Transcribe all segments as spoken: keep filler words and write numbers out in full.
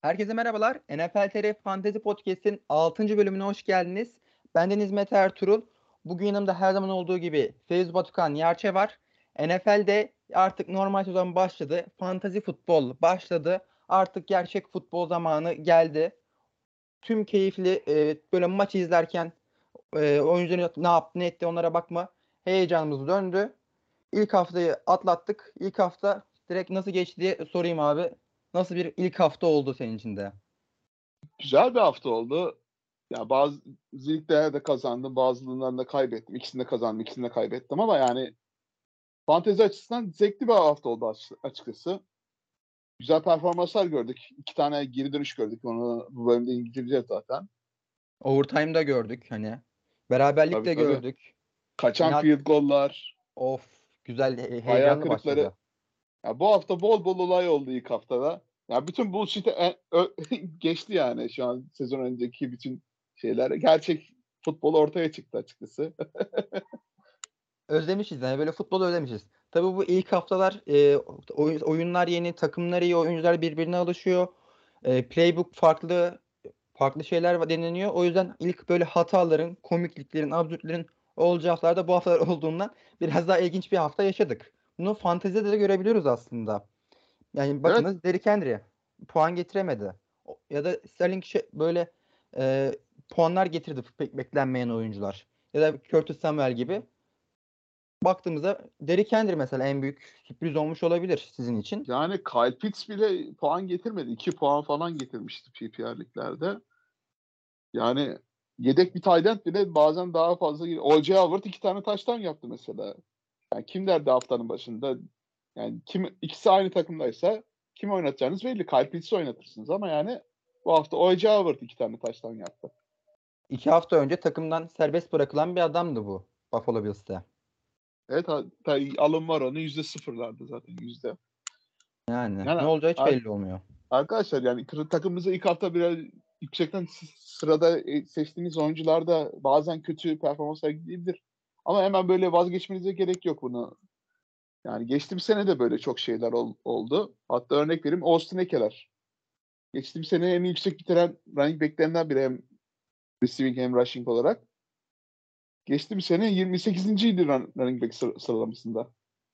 Herkese merhabalar. N F L T R Fantasy Podcast'in altıncı bölümüne hoş geldiniz. Bendeniz Mete Ertuğrul. Bugün yanımda her zaman olduğu gibi Feyz Batukan Yerçe var. N F L'de artık normal sezon başladı. Fantasy futbol başladı. Artık gerçek futbol zamanı geldi. Tüm keyifli e, böyle maç izlerken e, oyuncuların ne yaptı ne etti onlara bakma heyecanımız döndü. İlk haftayı atlattık. İlk hafta direkt nasıl geçti diye sorayım abi. Nasıl bir ilk hafta oldu senin için de? Güzel bir hafta oldu. Ya bazı liglerde kazandım, bazılarında kaybettim. İkisinde kazandım, ikisinde kaybettim ama yani fantezi açısından zevkli bir hafta oldu açıkçası. Güzel performanslar gördük. İki tane geri dönüş gördük. Onu bu bölümde İngilizce zaten. Overtime'da gördük hani. Beraberlik Tabii de tabii. gördük. Kaçan İnat field goal'lar, of güzel he- hayal heyecanlı kırıkları. başladı. Ya bu hafta bol bol olay oldu ilk haftada. Ya bütün bullshit'i e- ö- geçti yani şu an sezon önceki bütün şeyler. Gerçek futbol ortaya çıktı açıkçası. Özlemişiz yani böyle futbolu özlemişiz. Tabii bu ilk haftalar e, oy- oyunlar yeni, takımlar iyi, oyuncular birbirine alışıyor. E, playbook farklı, farklı şeyler var- deneniyor. O yüzden ilk böyle hataların, komikliklerin, absürtlerin olacağı haftalarda bu haftalar olduğundan biraz daha ilginç bir hafta yaşadık. Bunu fantezide de görebiliyoruz aslında. Yani Evet. bakınız Derrick Henry puan getiremedi. O- Ya da Sterling şey, böyle e, puanlar getirdi pek beklenmeyen oyuncular. Ya da Curtis Samuel gibi. Baktığımızda Derrick Henry mesela en büyük sürpriz olmuş olabilir sizin için. Yani Kyle Pitts bile puan getirmedi. iki puan falan getirmişti P P R'liklerde. Yani yedek bir tight end bile bazen daha fazla giriyor. O J. Howard iki tane taştan yaptı mesela. Yani kim derdi haftanın başında? Yani kim ikisi aynı takımdaysa kim oynatacağınız belli. Kyle Pitts'i oynatırsınız ama yani bu hafta O J. Howard iki tane taştan yaptı. İki hafta önce takımdan serbest bırakılan bir adamdı bu Buffalo Bills'te. Evet, hatta alım var onun yüzde sıfırlardı zaten yüzde. Yani ne Yani olacağı hiç ar- belli olmuyor. arkadaşlar yani takımımızı ilk hafta biraz yüksekten sırada seçtiğiniz oyuncular da bazen kötü performans sergileyebilir. Ama hemen böyle vazgeçmenize gerek yok bunu. Yani geçtiğim sene de böyle çok şeyler ol, oldu. Hatta örnek vereyim Austin Ekeler. Geçtiğim sene en yüksek bitiren running back'lerinden biri hem receiving hem rushing olarak. Geçtiğim sene yirmi sekizinciydi run, running back sır, sıralamasında.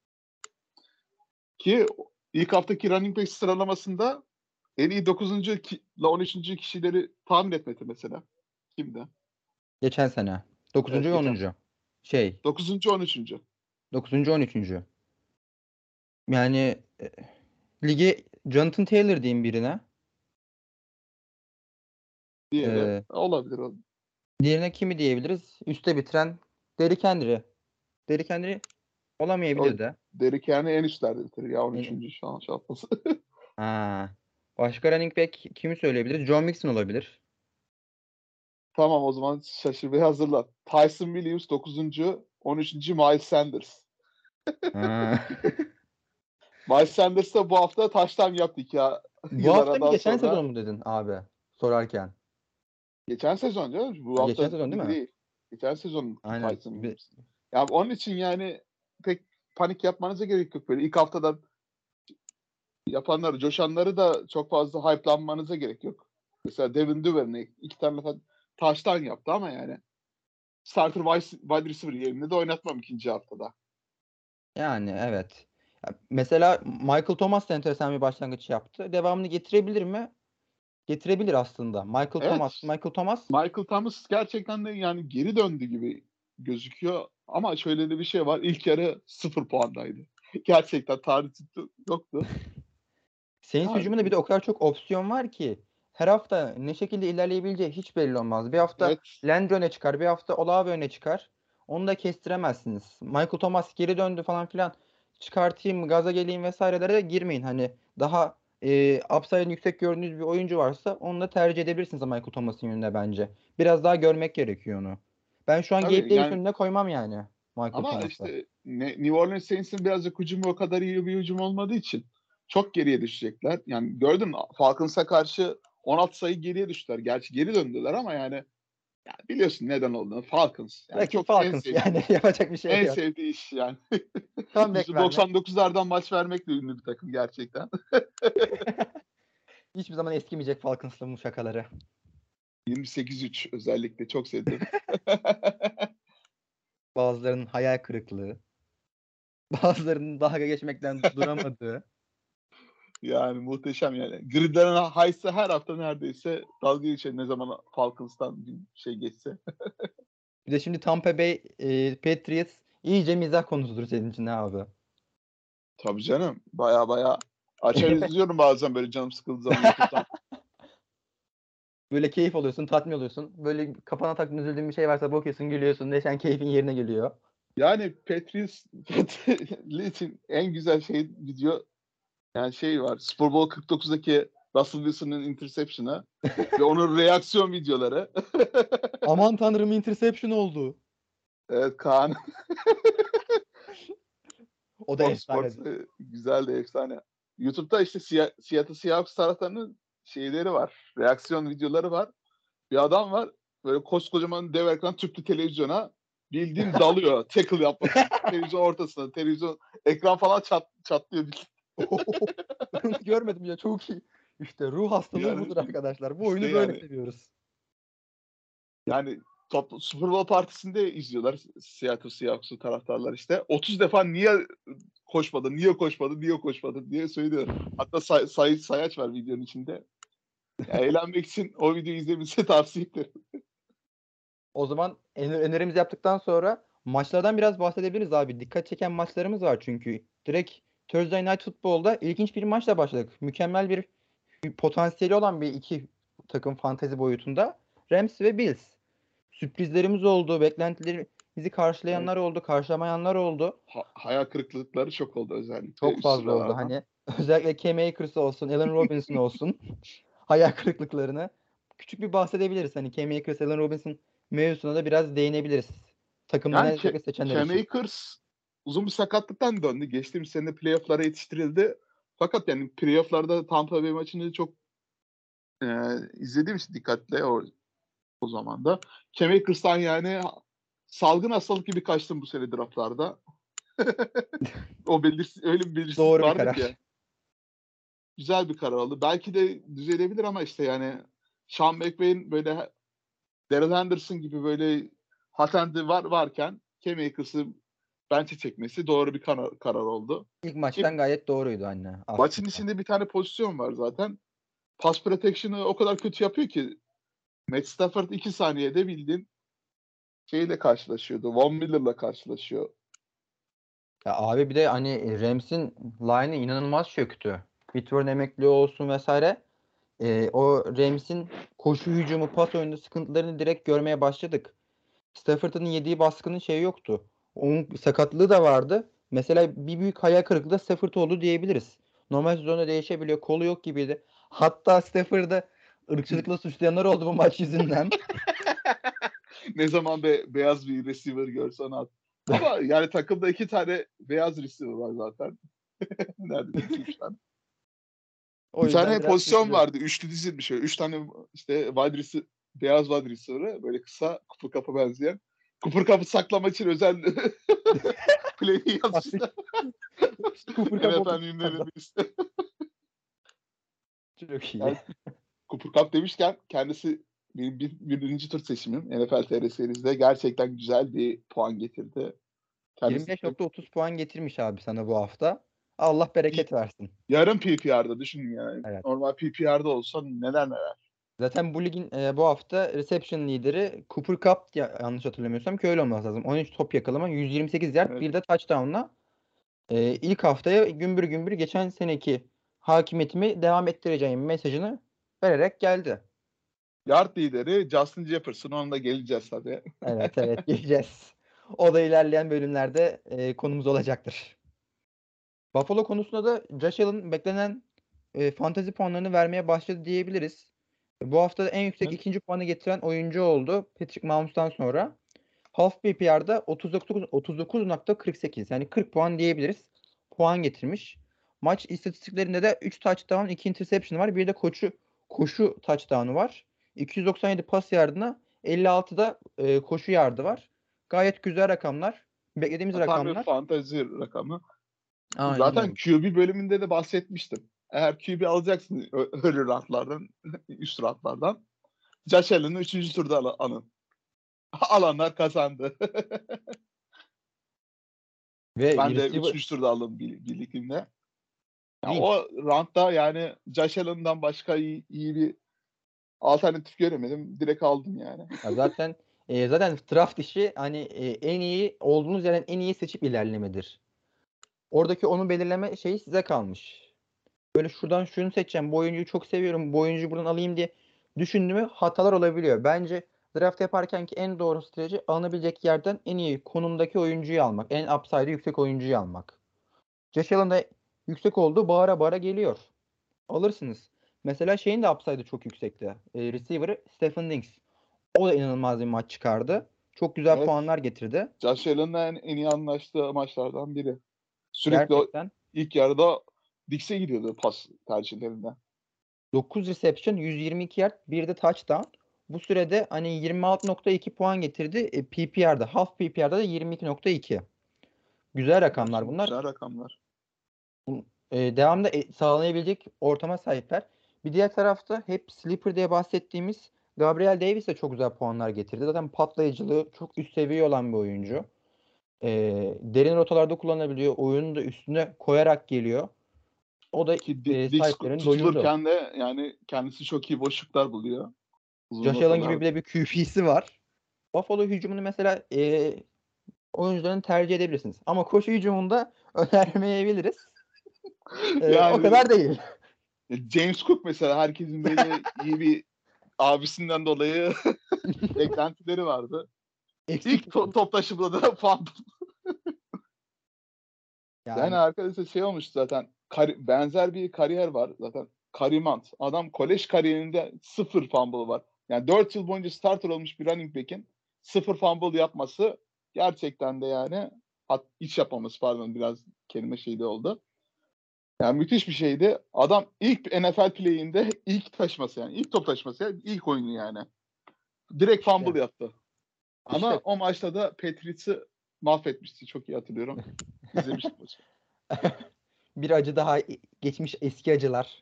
Ki ilk haftaki running back sıralamasında en iyi dokuzuncu ile on üçüncü kişileri tahmin etmedi mesela. Kimdi? Geçen sene. Dokuzuncu Evet, ve geçen onuncu. sene. Şey dokuzuncu on üçüncü dokuzuncu on üçüncü. Yani e, lige Jonathan Taylor diyeyim birine. diğeri. E, Olabilir. O. Diğerine kimi diyebiliriz? Üste bitiren Derrick Henry. Derrick Henry O olamayabilir de. Derrick Henry en üstlerde bitirir ya on Yani, üçüncü şu an şu atması. ha. Başka running back kimi söyleyebiliriz? John Mixon olabilir. Tamam, o zaman şaşırmaya hazırlan. Tyson Williams dokuzuncu on üçüncü Miles Sanders. Ha. Miles Sanders da bu hafta taştan yaptık ya Bu yıl hafta mı aradan geçen sezon sonra. mu dedin abi sorarken? Geçen sezon canım. Bu Ha, geçen hafta sezon değil mi? değil. Geçen sezon Aynen. Tyson Bir- Williams. Ya onun için yani pek panik yapmanıza gerek yok. Böyle ilk haftadan yapanları, coşanları da çok fazla hype'lanmanıza gerek yok. Mesela Devin Duvernay iki tane ta- taştan yaptı ama yani starter wide, wide receiver yerine de oynatmam ikinci haftada. Yani evet. Ya, mesela Michael Thomas da enteresan bir başlangıç yaptı. Devamını getirebilir mi? Getirebilir aslında. Michael Thomas. Evet. Michael Thomas Michael Thomas gerçekten de yani geri döndü gibi gözüküyor. Ama şöyle de bir şey var. İlk yarı sıfır puandaydı. Gerçekten tarih yoktu. Saints Yani hücumunda bir de o kadar çok opsiyon var ki her hafta ne şekilde ilerleyebileceği hiç belli olmaz. Bir hafta evet. Landry öne çıkar, bir hafta Olave öne çıkar. Onu da kestiremezsiniz. Michael Thomas geri döndü falan filan. Çıkartayım, gaza geleyim vesairelere de girmeyin. Hani daha e, upside yüksek gördüğünüz bir oyuncu varsa onu da tercih edebilirsiniz Michael Thomas'ın yönünde bence. Biraz daha görmek gerekiyor onu. Ben şu an Gabe Tabii Davis yani önüne koymam yani Michael ama Thomas'ı. işte New Orleans Saints'in birazcık hücumu o kadar iyi bir hücum olmadığı için çok geriye düşecekler. Yani gördün mü Falcons'a karşı on altı sayı geriye düştüler. Gerçi geri döndüler ama yani, yani biliyorsun neden olduğunu. Falcons. Yani Rakip çok en Falcons sevdiği, yani yapacak bir şey en yok. sevdiği iş yani. Comeback vermek. yüzde doksan dokuzlardan maç vermekle ünlü bir takım gerçekten. Hiçbir zaman eskimeyecek Falcons'ın bu şakaları. yirmi sekiz üç özellikle çok sevdim. Bazılarının hayal kırıklığı. Bazılarının dalga geçmekten duramadığı. Yani muhteşem yani. Gridler'in Highs'ı her hafta neredeyse dalga geçer ne zaman Falcons'tan bir şey geçse. Bir de şimdi Tampa Bay e, Patriots iyice mizah konusudur senin için abi. Tabii canım. Baya baya açar izliyorum bazen böyle canım sıkıldığı zaman YouTube'dan. Böyle keyif alıyorsun, tatmin oluyorsun. Böyle kafana taktığın, üzüldüğün bir şey varsa bakıyorsun, gülüyorsun. Neşen, keyfin yerine geliyor. Yani Patriots için en güzel şey video yani şey var. Super Bowl kırk dokuzdaki Russell Wilson'ın interception'ı ve onun reaksiyon videoları. Aman tanrım, interception oldu. Evet Kaan. O da Fox Sports efsane. e, güzel de efsane. YouTube'da işte Seattle Seattle Seahawks taraftarının şeyleri var. Reaksiyon videoları var. Bir adam var. Böyle koskocaman dev ekran tüplü televizyona bildiğin dalıyor. Tackle yapmak için. Televizyon ortasında. Televizyon ekran falan çat, çatlıyor. Ben onu görmedim ya, çok iyi. İşte ruh hastalığı Yani budur arkadaşlar. Bu işte oyunu böyle yani seviyoruz. yani top, Super Bowl partisinde izliyorlar Seattle Seahawks'u taraftarlar işte. otuz defa niye koşmadı, niye koşmadı, niye koşmadı diye söylüyor. Hatta say, say, sayaç var videonun içinde. Ya, eğlenmek için o videoyu izlemenizi tavsiye ederim. O zaman öner- önerimizi yaptıktan sonra maçlardan biraz bahsedebiliriz abi. Dikkat çeken maçlarımız var çünkü. Direkt Thursday Night Football'da ilginç bir maçla başladık. Mükemmel bir potansiyeli olan bir iki takım fantezi boyutunda. Rams ve Bills. Sürprizlerimiz oldu. Beklentilerimizi karşılayanlar Evet. oldu. Karşılamayanlar oldu. Ha, hayal kırıklıkları çok oldu özellikle Çok üst fazla oldu. sıralardan. Hani özellikle Cam Akers olsun, Allen Robinson olsun. Hayal kırıklıklarını küçük bir bahsedebiliriz. Hani Cam Akers, Allen Robinson mevzusuna da biraz değinebiliriz. Takımlarına Yani özellikle Ke- seçenler Cam için. Akers uzun bir sakatlıktan döndü. Geçtiğimiz sene playoff'lara yetiştirildi. Fakat yani playoff'larda Tampa Bay maçını çok e, izlediğim için dikkatle o, o zaman da. Cam Akers'tan yani salgın hastalık gibi kaçtım bu sene draftlarda. O belirsiz, öyle bir belirsizlik Doğru bir vardı ki karar. yani. Güzel bir karar oldu. Belki de düzelebilir ama işte yani Sean McVay'in böyle Daryl Henderson gibi böyle patendi var varken Cam Akers'ı bench'e çekmesi doğru bir karar, karar oldu. İlk Ki maçtan gayet doğruydu anne maçın aslında. içinde bir tane pozisyon var zaten. Pass protection'ı o kadar kötü yapıyor ki Matt Stafford iki saniyede bildiğin şeyle karşılaşıyordu. Von Miller'la karşılaşıyor. Ya abi bir de hani Rams'in line'ı inanılmaz çöktü. Whitworth'un emekli olsun vesaire. Ee, o Rams'in koşu hücumu, pas oyunu sıkıntılarını direkt görmeye başladık. Stafford'ın yediği baskının şeyi yoktu. Onun sakatlığı da vardı. Mesela bir büyük hayal kırıklığı da Stafford oldu diyebiliriz. Normal sezonda değişebiliyor. Kolu yok gibiydi. Hatta Stafford'ı ırkçılıkla suçlayanlar oldu bu maç yüzünden. Ne zaman be, beyaz bir receiver görsen at. Ama yani takımda iki tane beyaz receiver var zaten. Neredeyse iki üç tane. O Bir yüzden tane biraz pozisyon şaşırıyoruz. vardı. Üçlü dizilmiş. Üç tane işte wide receiver, beyaz wide receiver'ı böyle kısa kupur kapı benzeyen. Kupur kapı saklama için özel play'i yazmışlar. Cooper Cup N F L oldu. ünlüleri birisi. Çok iyi. Yani Cooper Cup demişken kendisi benim bir, birinci tur seçimim N F L T R serisinde gerçekten güzel bir puan getirdi. Kendisi yirmi beş nokta otuz puan getirmiş abi sana bu hafta. Allah bereket versin. yarım P P R'da düşünün yani. Evet. Normal P P R'da olsa neler neler. Zaten bu ligin e, bu hafta reception lideri Cooper Kupp, ya, yanlış hatırlamıyorsam ki öyle olması lazım. on üç top yakalama, yüz yirmi sekiz yard, Evet. bir de touchdown'la e, ilk haftaya gümbür gümbür geçen seneki hakimiyetimi devam ettireceğim mesajını vererek geldi. Yard lideri Justin Jefferson. Ona da geleceğiz tabii. Evet evet geleceğiz. O da ilerleyen bölümlerde e, konumuz olacaktır. Buffalo konusunda da Josh Allen beklenen e, fantasy puanlarını vermeye başladı diyebiliriz. Bu hafta en yüksek Evet. ikinci puanı getiren oyuncu oldu Patrick Mahomes'tan sonra. Half P P R'da otuz dokuz otuz dokuz nokta kırk sekiz, yani kırk puan diyebiliriz. Puan getirmiş. Maç istatistiklerinde de üç touchdown, iki interception var. Bir de koşu koşu touchdown'u var. iki yüz doksan yedi pas yardına, elli altıda e, koşu yardı var. Gayet güzel rakamlar. Beklediğimiz Tam bir rakamlar. fantezi rakamı. Aynen Zaten öyle. Q B bölümünde de bahsetmiştim. eğer Q B alacaksın öyle rahatlardan, üst rahatlardan. Josh Allen'ı üçüncü turda al- alın. Alanlar kazandı. Ve Ben de receiver üçüncü turda aldım birlikte. Ya ilginç. o roundda yani Josh Allen'dan başka iyi, iyi bir alternatif göremedim. Direkt aldım yani. Ya zaten e, zaten draft işi hani e, en iyi olduğunuz yerden en iyi seçip ilerlemedir. Oradaki onu belirleme şeyi size kalmış. Böyle şuradan şunu seçeceğim. Bu oyuncuyu çok seviyorum. Bu oyuncuyu buradan alayım diye düşündüğümü hatalar olabiliyor. Bence draft yaparken ki en doğru strateji alınabilecek yerden en iyi konumdaki oyuncuyu almak. En upside'ı yüksek oyuncuyu almak. Josh Allen da yüksek oldu. Bağıra bağıra geliyor. Alırsınız. Mesela şeyin de upside'ı çok yüksekti. E, receiver'ı Stephen Diggs. O da inanılmaz bir maç çıkardı. Çok güzel Evet. puanlar getirdi. Josh Allen'la en, en iyi anlaştığı maçlardan biri. Sürekli o Gerçekten ilk yarıda Dix'e gidiyordu pas tercihlerinde. dokuz reception, yüz yirmi iki yard, bir de touchdown. Bu sürede hani yirmi altı nokta iki puan getirdi. E, P P R'da, half P P R'da da yirmi iki nokta iki. Güzel rakamlar Gerçekten bunlar. güzel rakamlar. Bu- E, devamda e, sağlayabilecek ortama sahipler. Bir diğer tarafta hep sleeper diye bahsettiğimiz Gabriel Davis de çok güzel puanlar getirdi. Zaten patlayıcılığı çok üst seviye olan bir oyuncu. E, derin rotalarda kullanabiliyor. Oyunu da üstüne koyarak geliyor. O da Ki e, Di- Dix sahiplerini doyurdu. tutulurken de yani kendisi çok iyi boşluklar buluyor. Uzun Josh Allen gibi bir rotalarda. de bir Q B'si var. Buffalo hücumunu mesela e, oyuncularını tercih edebilirsiniz. Ama koşu hücumunda önermeyebiliriz. E, o Yani kadar değil. James Cook mesela herkesin böyle iyi bir abisinden dolayı beklentileri vardı. İlk Eksik to- top taşımada da fumble. Yani yani arkadaşlar şey olmuş zaten kar- benzer bir kariyer var zaten. Kareem Hunt. Adam kolej kariyerinde sıfır fumble var. Yani dört yıl boyunca starter olmuş bir running back'in sıfır fumble yapması gerçekten de yani hat, iş yapmaması pardon biraz kelime şeyde oldu. Yani müthiş bir şeydi. Adam ilk N F L play'inde ilk taşması yani ilk top taşması yani ilk oyunu yani. Direkt işte fumble yaptı. Ama işte o maçta da Patriots'ı mahvetmişti. Çok iyi hatırlıyorum. İzlemiştim maçı. bir acı daha geçmiş eski acılar.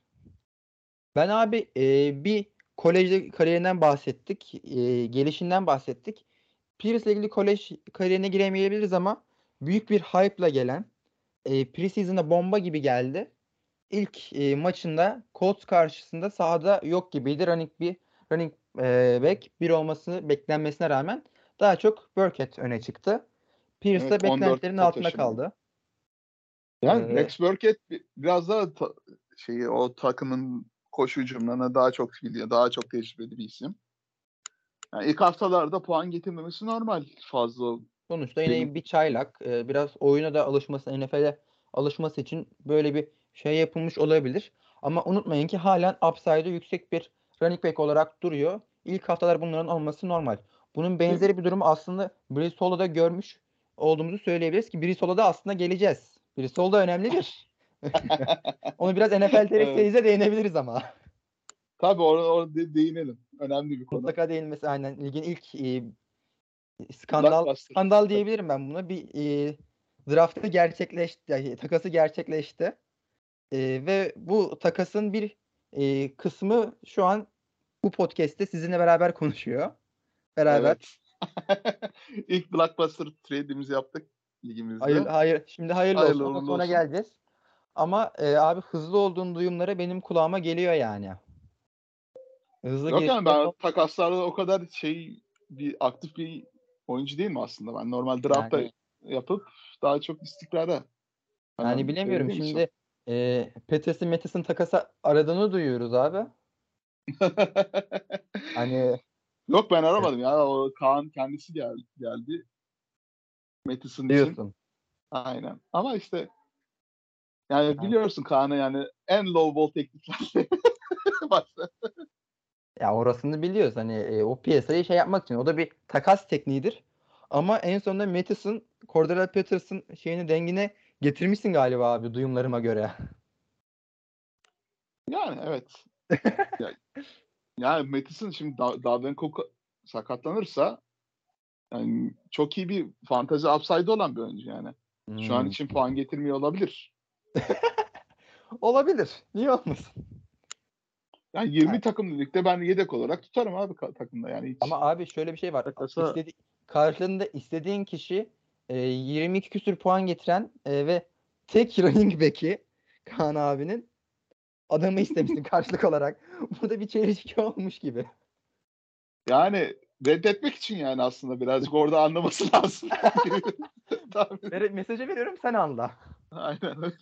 Ben abi e, bir kolejde kariyerinden bahsettik. E, gelişinden bahsettik. Pierce'le ilgili kolej kariyerine giremeyebiliriz ama büyük bir hype'la gelen e, preseason'a bomba gibi geldi. İlk e, maçında Colts karşısında sahada yok gibiydi. Running bir running e, back bir olması beklenmesine rağmen daha çok Burkhead öne çıktı. Pierce Evet da on dört beklentilerin top altında taşıma. kaldı. Yani E, Rex Burkhead biraz daha ta- şeyi o takımın koşu hücumlarına daha çok biliyor. Daha çok tecrübeli bir isim. Yani ilk haftalarda puan getirmemesi normal fazla. sonuçta Benim yine bir çaylak. E, biraz oyuna da alışması, N F L'e alışması için böyle bir şey yapılmış olabilir. Ama unutmayın ki halen upside'ı yüksek bir running back olarak duruyor. İlk haftalar bunların olması normal. Bunun kim? benzeri bir durumu aslında Brissolo'da görmüş olduğumuzu söyleyebiliriz ki Brissolo'da aslında geleceğiz. Brissolo da önemlidir. Onu biraz N F L T V Evet. serizde değinebiliriz ama. Tabii orada, orada de- değinelim. Önemli bir konu. Mutlaka değinmesi aynen. Ligin ilk e, skandal Blockbuster. skandal Tabii. diyebilirim ben buna. Bir e, draftı gerçekleşti, yani takası gerçekleşti. E, ve bu takasın bir e, kısmı şu an bu podcast'te sizinle beraber konuşuyor. Beraber. Evet. İlk Blockbuster trade'imizi yaptık Hayır, ligimizde. hayır. Şimdi hayırlı olsun. Hayırlı Ona uğurlu sonra olsun. geleceğiz. Ama e, abi hızlı olduğun duyumları benim kulağıma geliyor yani. Hızlı Yok yani gelişmeler ben ol- takaslarda o kadar şey bir aktif bir oyuncu değilim aslında. Ben normal draftta yani yapıp daha çok istikrara yani önem bilemiyorum. verdiğim için. Şimdi e, Peterson Mattis'in takası aradığını duyuyoruz abi. Hani Yok ben e, aramadım ya. O Kaan kendisi geldi. geldi. Madison için. diyorsun. Aynen. Ama işte yani Yani, biliyorsun Kaan'ı yani en low ball tekniklerle başla. ya orasını biliyoruz. Hani e, o piyasayı şey yapmak için. O da bir takas tekniğidir. Ama en sonunda Mattis'in Cordell Patterson şeyini dengine getirmişsin galiba abi duyumlarıma göre. Yani evet. Ya, yani Madison şimdi Da- Dalvin Cook sakatlanırsa yani çok iyi bir fantazi upside olan bir oyuncu yani. Şu an Hmm. için puan getirmiyor olabilir. Olabilir. Niye olmasın? Yani yirmi Yani, takımlı ligde ben yedek olarak tutarım abi ka- takımda yani hiç. ama abi şöyle bir şey var. Takasa İstedi karşılığında istediğin kişi e, yirmi iki küsür puan getiren e, ve tek running back'i Kaan abinin adamı istemişsin karşılık olarak. Bu da bir çelişki olmuş gibi. yani reddetmek için yani aslında birazcık orada anlaması lazım. Tabii. Ver- mesajı veriyorum, sen anla. Aynen öyle.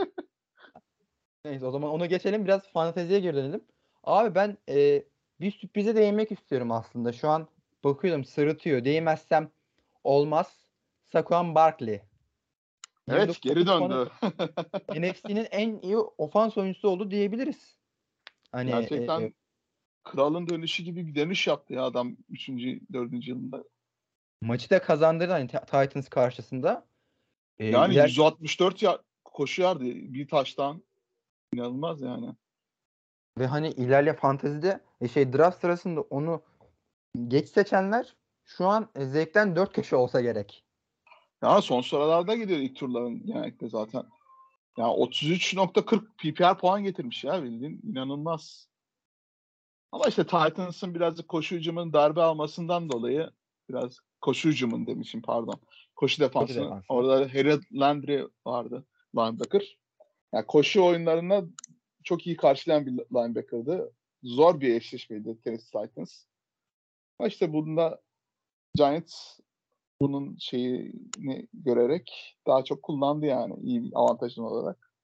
Neyse, o zaman onu geçelim, biraz fanteziye geri dönelim. Abi ben e, bir sürprize değinmek istiyorum aslında. Şu an bakıyorum, sırıtıyor. Değmezsem olmaz. Saquon Barkley. Evet, geri yirmi dokuz puanı döndü. N F C'nin en iyi ofans oyuncusu oldu diyebiliriz. Hani e, Gerçekten kralın dönüşü gibi bir dönüş yaptı ya adam üçüncü dördüncü yılında. maçı da kazandırdı hani Ti- Titans karşısında. E, Yani iler yüz altmış dört ya koşu yardı bir taştan, inanılmaz yani. Ve hani ilerle fantezide e, şey draft sırasında onu geç seçenler şu an e, zevkten dört köşe olsa gerek. Ya son sıralarda gidiyor ilk turların genellikle zaten. Ya otuz üç nokta kırk P P R puan getirmiş ya, bildiğin inanılmaz. Ama işte Titans'ın birazcık koşu hücumunun darbe almasından dolayı, biraz koşu hücumun demişim pardon. Koşu Koşu defansının defansı. orada Harold Landry vardı, linebacker. Yani koşu oyunlarına çok iyi karşılayan bir linebacker'dı. Zor bir eşleşmeydi Tennessee Titans. Ama işte bunda Giants bunun şeyini görerek daha çok kullandı yani, iyi bir avantajın olarak.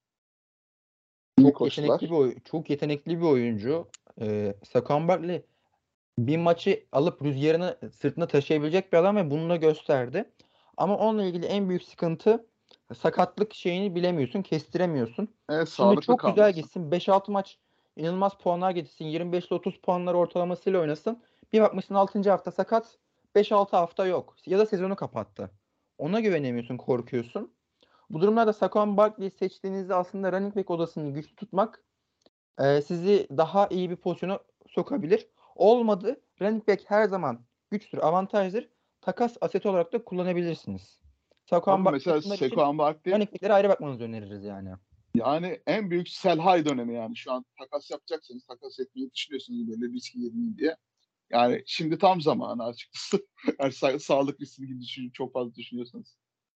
İyi Çok yetenekli koştular. bir oy çok yetenekli bir oyuncu. E, Saquon Barkley bir maçı alıp rüzgarını sırtına taşıyabilecek bir adam ve bunu da gösterdi. Ama onunla ilgili en büyük sıkıntı, sakatlık şeyini bilemiyorsun, kestiremiyorsun. Evet, Şimdi sağlıklı çok güzel kalması. gitsin, beş altı maç inanılmaz puanlar getirsin, yirmi beş ile otuz puanlar ortalamasıyla oynasın. Bir bakmışsın altıncı hafta sakat, beş altı hafta yok ya da sezonu kapattı. Ona güvenemiyorsun, korkuyorsun. Bu durumlarda Saquon Barkley'i seçtiğinizde aslında running back odasını güçlü tutmak e, sizi daha iyi bir pozisyona sokabilir. Olmadı, running back her zaman güçtür, avantajdır. Takas aseti olarak da kullanabilirsiniz. Abi Saquon Barkley mesela bunlar için Saquon Barkley running back'lere ayrı bakmanızı öneririz yani. yani en büyük sell high dönemi yani. Şu an takas yapacaksanız, takas etmeyi düşünüyorsunuz böyle riski girmeyin diye. Yani şimdi tam zamanı açıkçası. Yani sa- sağlık riskini gibi düşün, çok fazla düşünüyorsanız.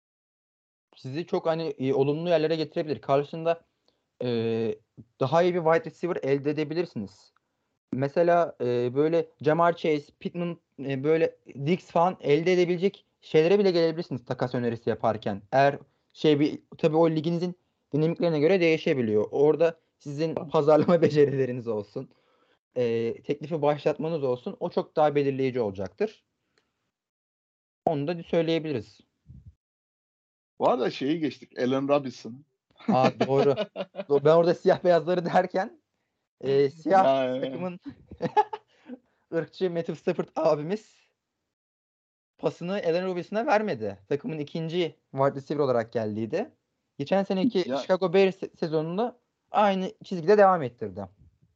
Sizi çok hani e, olumlu yerlere getirebilir. Karşında e, daha iyi bir wide receiver elde edebilirsiniz. Mesela e, böyle Jamar Chase, Pittman, e, böyle Diggs falan elde edebilecek şeylere bile gelebilirsiniz takas önerisi yaparken. Eğer şey bir tabii o liginizin dinamiklerine göre değişebiliyor. Orada sizin pazarlama becerileriniz olsun. E, teklifi başlatmanız olsun. O çok daha belirleyici olacaktır. Onu da söyleyebiliriz. Bu arada şeyi geçtik. Allen Robinson. Aa, doğru. Do- Ben orada siyah beyazları derken e, siyah Yani takımın ırkçı Matthew Stafford abimiz pasını Allen Robinson'a vermedi. Takımın ikinci wide receiver olarak geldiydi. Geçen seneki ya, Chicago Bears se- sezonunda aynı çizgide devam ettirdi.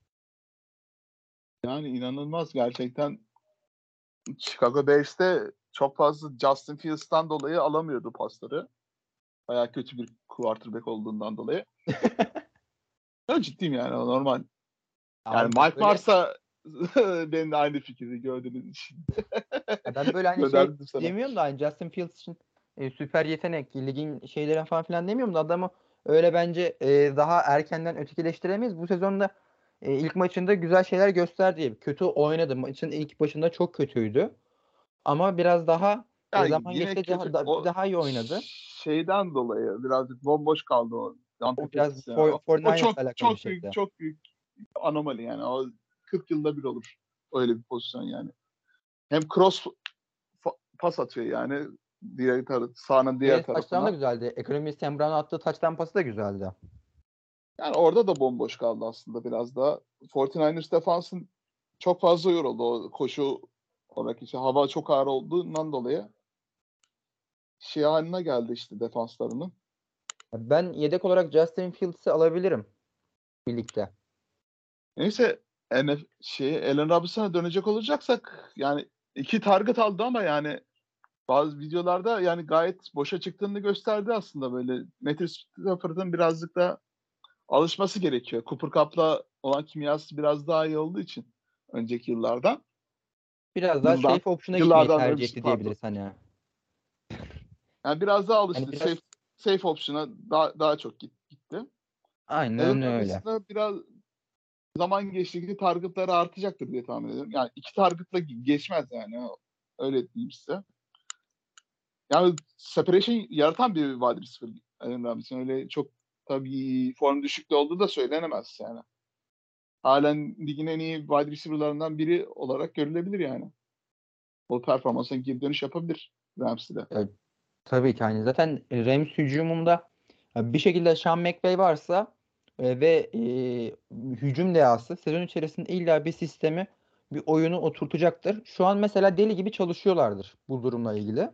yani inanılmaz gerçekten. Chicago Bears'te çok fazla Justin Fields'tan dolayı alamıyordu pasları. Bayağı kötü bir quarterback olduğundan dolayı. Ya ciddiyim yani, o normal. Yani Abi ben Mike böyle Mars'a benim de aynı fikirde gördüğünüz için. ya ben böyle hani şey Önerdim sana. demiyorum da hani Justin Fields için e, süper yetenek, ligin şeylerin falan filan demiyorum da adamı öyle bence e, daha erkenden ötekileştiremeyiz. Bu sezonda e, ilk maçında güzel şeyler gösterdi. Kötü oynadı. Maçın ilk başında çok kötüydü. Ama biraz daha e, Yani zaman yine geçti, daha, kötü. da- O daha iyi oynadı. şeyden dolayı birazcık bomboş kaldı o Dante O biraz Pettis ya. For- O, o Fortnite'la çok alakalı bir çok büyük şeydi. çok büyük anomali yani. O kırk yılda bir olur. Öyle bir pozisyon yani. Hem cross fa- pas atıyor yani diğer tar- sahanın diğer Ve touchdown da tarafına. güzeldi. Ekonomi Sam Brown'a attığı touchdown pası da güzeldi. Yani orada da bomboş kaldı aslında biraz daha. kırk dokuzers defansın çok fazla yoruldu o koşu olarak, işte hava çok ağır olduğundan dolayı şey haline geldi işte defanslarının. Ben yedek olarak Justin Fields'i alabilirim birlikte. Neyse, N F şey Allen Robinson'a dönecek olacaksak, yani iki target aldı ama yani bazı videolarda yani gayet boşa çıktığını gösterdi aslında böyle. Matthew Stafford'ın birazcık da alışması gerekiyor. Cooper Kupp'la olan kimyası biraz daha iyi olduğu için önceki yıllardan. Biraz daha Yıldan, safe option'a gitmeyi yıllardan tercih öncesi etti pardon. diyebiliriz hani. Yani biraz daha Hani alıştı. biraz Safe, safe option'a daha, daha çok gitti. Allen aynen öyle. Robinson'a biraz zaman geçtikçe targetları artacaktır diye tahmin ediyorum. Yani iki targetla geçmez yani. Öyle diyeyim size. Yani separation yaratan bir wide receiver Allen Robinson. Öyle çok tabii form düşüklüğü olduğu da söylenemez yani. Halen ligin en iyi wide receiver'larından biri olarak görülebilir yani. O performansına geri dönüş yapabilir Rams'de. Ya, tabii ki hani zaten Rams hücumunda ya bir şekilde Sean McVay varsa e, ve e, hücum dehası sezon içerisinde illa bir sistemi bir oyunu oturtacaktır. Şu an mesela deli gibi çalışıyorlardır bu durumla ilgili.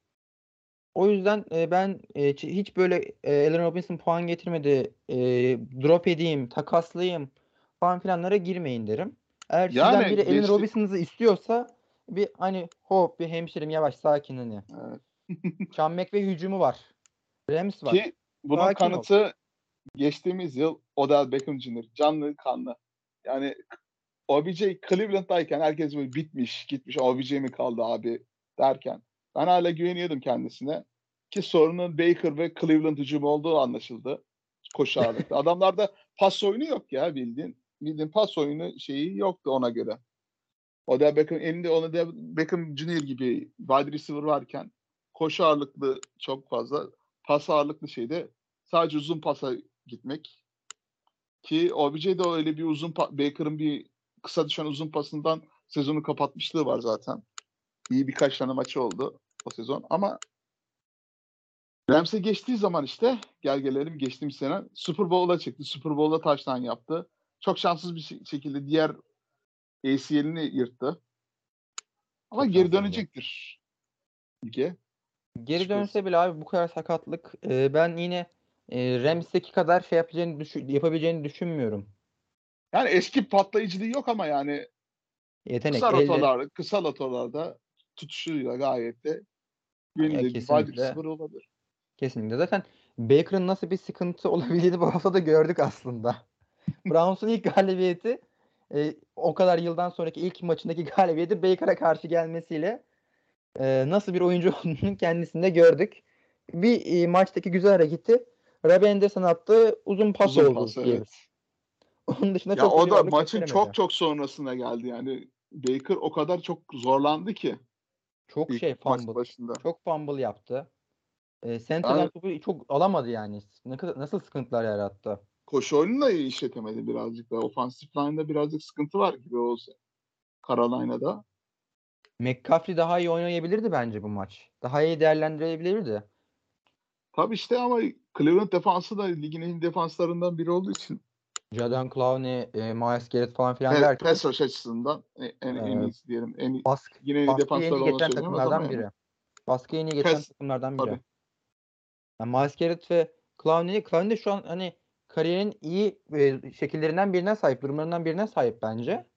O yüzden e, ben e, ç- hiç böyle e, Allen Robinson puan getirmedi, e, drop edeyim, takaslayayım falan filanlara girmeyin derim. Eğer sizden biri Yani Allen geçti. Robinson'ı istiyorsa bir hani hop bir hemşerim yavaş sakin hani. Evet. Sean McVay hücumu var. Rams var. Ki bunun Sakin ol. kanıtı geçtiğimiz yıl Odell Beckham Junior Canlı kanlı. Yani O B J Cleveland'dayken herkes böyle bitmiş, gitmiş. O B J mi kaldı abi derken ben hala güveniyordum kendisine. Ki sorunun Baker ve Cleveland hücumu olduğu anlaşıldı. Koşu ağırlıklı. Adamlarda pas oyunu yok ya bildiğin. Bildiğin pas oyunu şeyi yoktu ona göre. Odell Beckham elinde Odell Beckham Junior gibi wide receiver varken koşu ağırlıklı çok fazla, pas ağırlıklı şeyde sadece uzun pasa gitmek. Ki O B J'de öyle bir uzun pa- Baker'ın bir kısa düşen uzun pasından sezonu kapatmışlığı var zaten. İyi birkaç tane maçı oldu o sezon ama Rams'e geçtiği zaman işte gel gelelim geçtiğimiz sene Super Bowl'a çıktı. Super Bowl'da touchdown yaptı. Çok şanssız bir şekilde diğer A C L'ini yırttı. Ama Çok geri şanssızdı. dönecektir lige. Geri Şüphesiz. dönse bile abi bu kadar sakatlık e, ben yine e, Rams'teki kadar şey yapacağını düşün, yapabileceğini düşünmüyorum. Yani eski patlayıcılığı yok ama yani Yetenek kısa elde rotalarda, kısa rotalarda tutuşuyla gayet de ya güvenilir bir wide kesinlikle receiver olabilir. kesinlikle. Zaten Baker'ın nasıl bir sıkıntı olabildiğini bu hafta da gördük aslında. Browns'un ilk galibiyeti e, o kadar yıldan sonraki ilk maçındaki galibiyeti Baker'a karşı gelmesiyle e, nasıl bir oyuncu olduğunu kendisinde gördük. Bir e, maçtaki güzel hareketi Robbie Anderson attığı uzun pas Uzun oldu pas evet. diyebiliriz. Onun dışında Ya çok da o bir da varlık maçın çok gösteremedi. çok sonrasına geldi yani. Baker o kadar çok zorlandı ki Çok ilk şey maç fumble. başında. Çok fumble yaptı. E, center'dan Yani topu çok alamadı yani. Ne kadar, nasıl sıkıntılar yarattı. koşu oyununu da iyi işletemedi birazcık da. Offensive line'da birazcık sıkıntı var gibi o Carolina'da. McCaffrey daha iyi oynayabilirdi bence bu maç. Daha iyi değerlendirebilirdi. Tabii işte ama Cleveland defansı da ligin en iyi defanslarından biri olduğu için Jadon Clowney, e, Myles Garrett falan filan pe- derken pass rush açısından en, en e, iyisi diyelim. En iyi, baskı, yine en iyi baskıyı en defanslar iyi olduğunu getiren söylenemez ama takımlardan yani biri. Baskıyı en iyi getiren pass takımlardan biri. tabii. Yani Myles Garrett ve Clowney, Clowney de şu an hani kariyerin iyi e, şekillerinden birine sahip, durumlarından birine sahip bence.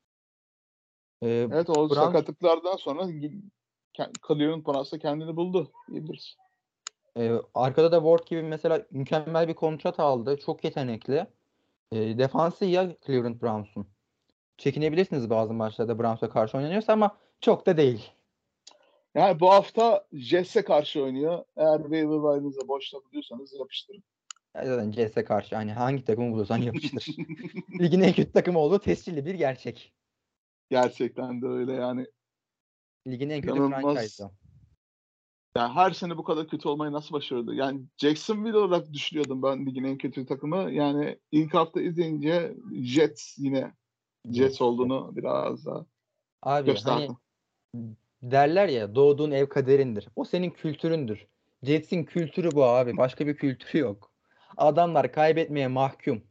E, Evet o Browns sakatlıklardan sonra Cleveland bonus'ta kendini buldu diyebiliriz. e, arkada da Ward gibi mesela mükemmel bir kontrat aldı. Çok yetenekli. E, defansı iyi ya Cleveland Browns'un. Çekinebilirsiniz bazı maçlarda Browns'a karşı oynanıyorsa ama çok da değil. Yani bu hafta Jets'e karşı oynuyor. Eğer waiver wire'ınızı boşta buluyorsanız yapıştırın. Ya zaten C S'e karşı hani hangi takımı bulursan yapıştır. Ligin en kötü takımı olduğu tescilli bir gerçek. Gerçekten de öyle yani. Ligin en kötü İnanılmaz. franchise'ı. Yani her sene bu kadar kötü olmayı nasıl başardı? Yani Jacksonville olarak düşünüyordum ben ligin en kötü takımı. Yani ilk hafta izleyince Jets yine Jets Jets, Jets. olduğunu biraz daha Abi gösterdi. hani derler ya doğduğun ev kaderindir. O senin kültüründür. Jets'in kültürü bu abi. Başka bir kültürü yok. Adamlar kaybetmeye mahkum.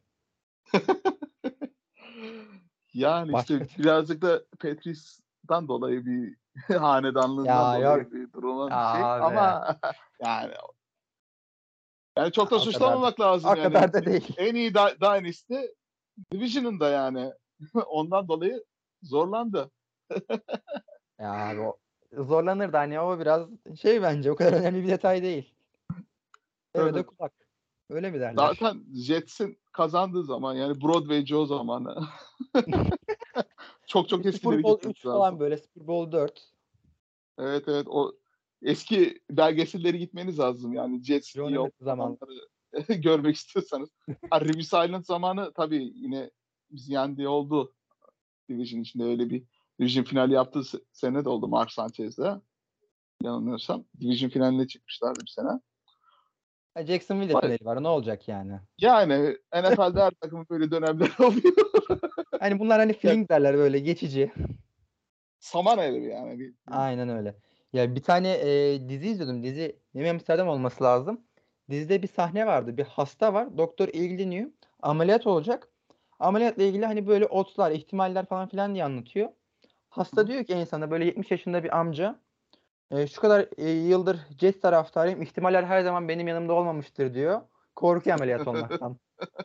Yani Başka işte birazcık da Patrice'dan dolayı bir hanedanlığından ya yok dolayı bir durum olan ya bir şey abi. ama yani yani Ya çok da o kadar da suçlamamak lazım o yani. kadar da değil. En iyi Dy- Dynasty Division'ın da yani ondan dolayı zorlandı. Ya abi o zorlanır da hani o biraz şey bence o kadar önemli bir detay değil. Eve de Evet. kulak. Öyle mi derler? Zaten Jets'in kazandığı zaman yani Broadway Joe zamanı. Çok çok Super eskileri Bowl gitmek üç falan lazım. böyle. Super Bowl dört. Evet evet o eski belgeselleri gitmeniz lazım yani Jets John iyi o Elway zamanı. zamanları görmek istiyorsanız. Ha, Rhys Island zamanı tabii yine biz yendiği oldu. Division içinde öyle bir Division finali yaptığı se- sene de oldu Mark Sanchez'de. Yanılmıyorsam. Division finaline çıkmışlardı bir sene. Ha, Jacksonville'de Ama finali var. Ne olacak yani? yani N F L'de her takımın böyle dönemleri oluyor. Hani bunlar hani Yani fling derler böyle geçici. saman alevi yani. Bir, bir- Aynen öyle. Ya bir tane e, dizi izliyordum. Dizi Yeni Amsterdam olması lazım. Dizide bir sahne vardı. Bir hasta var. Doktor ilgileniyor. Ameliyat olacak. Ameliyatla ilgili hani böyle otlar, ihtimaller falan filan diye anlatıyor. Hasta diyor ki insana böyle yetmiş yaşında bir amca. E, şu kadar e, yıldır Jets taraftarıyım. İhtimaller her zaman benim yanımda olmamıştır diyor. Korkuyor ameliyat olmaktan.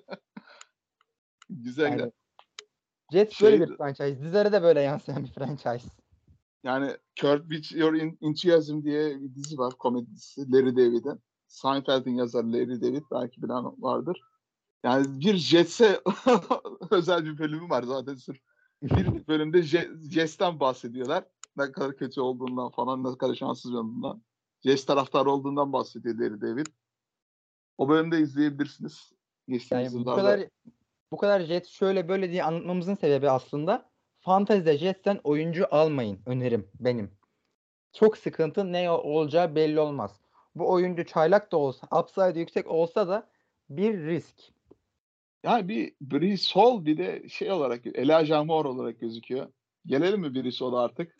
Güzel güzel. Yani Jets böyle Şey bir franchise. Dizilere de böyle yansıyan bir franchise. yani Curb With Your Enthusiasm diye bir dizi var. Komedi dizisi. Larry David'in. Seinfeld'in yazarı Larry David. Belki bilen vardır. Yani bir Jets'e özel bir bölümü var zaten sırf. Bir bölümde Je- Jets'ten bahsediyorlar. Ne kadar kötü olduğundan falan, ne kadar şanssız olduğundan. Jets taraftarı olduğundan bahsediyor Larry David. O bölümde izleyebilirsiniz. Geçtiğimiz Yani bu yıllarda. kadar bu kadar Jet şöyle böyle diye anlatmamızın sebebi aslında fantezide Jet'ten oyuncu almayın önerim benim. Çok sıkıntı ne olacağı belli olmaz. Bu oyuncu çaylak da olsa, upside yüksek olsa da bir risk. Yani bir Breece Hall bir de şey olarak Elijah Moore olarak gözüküyor. Gelelim mi Breece Hall'a artık?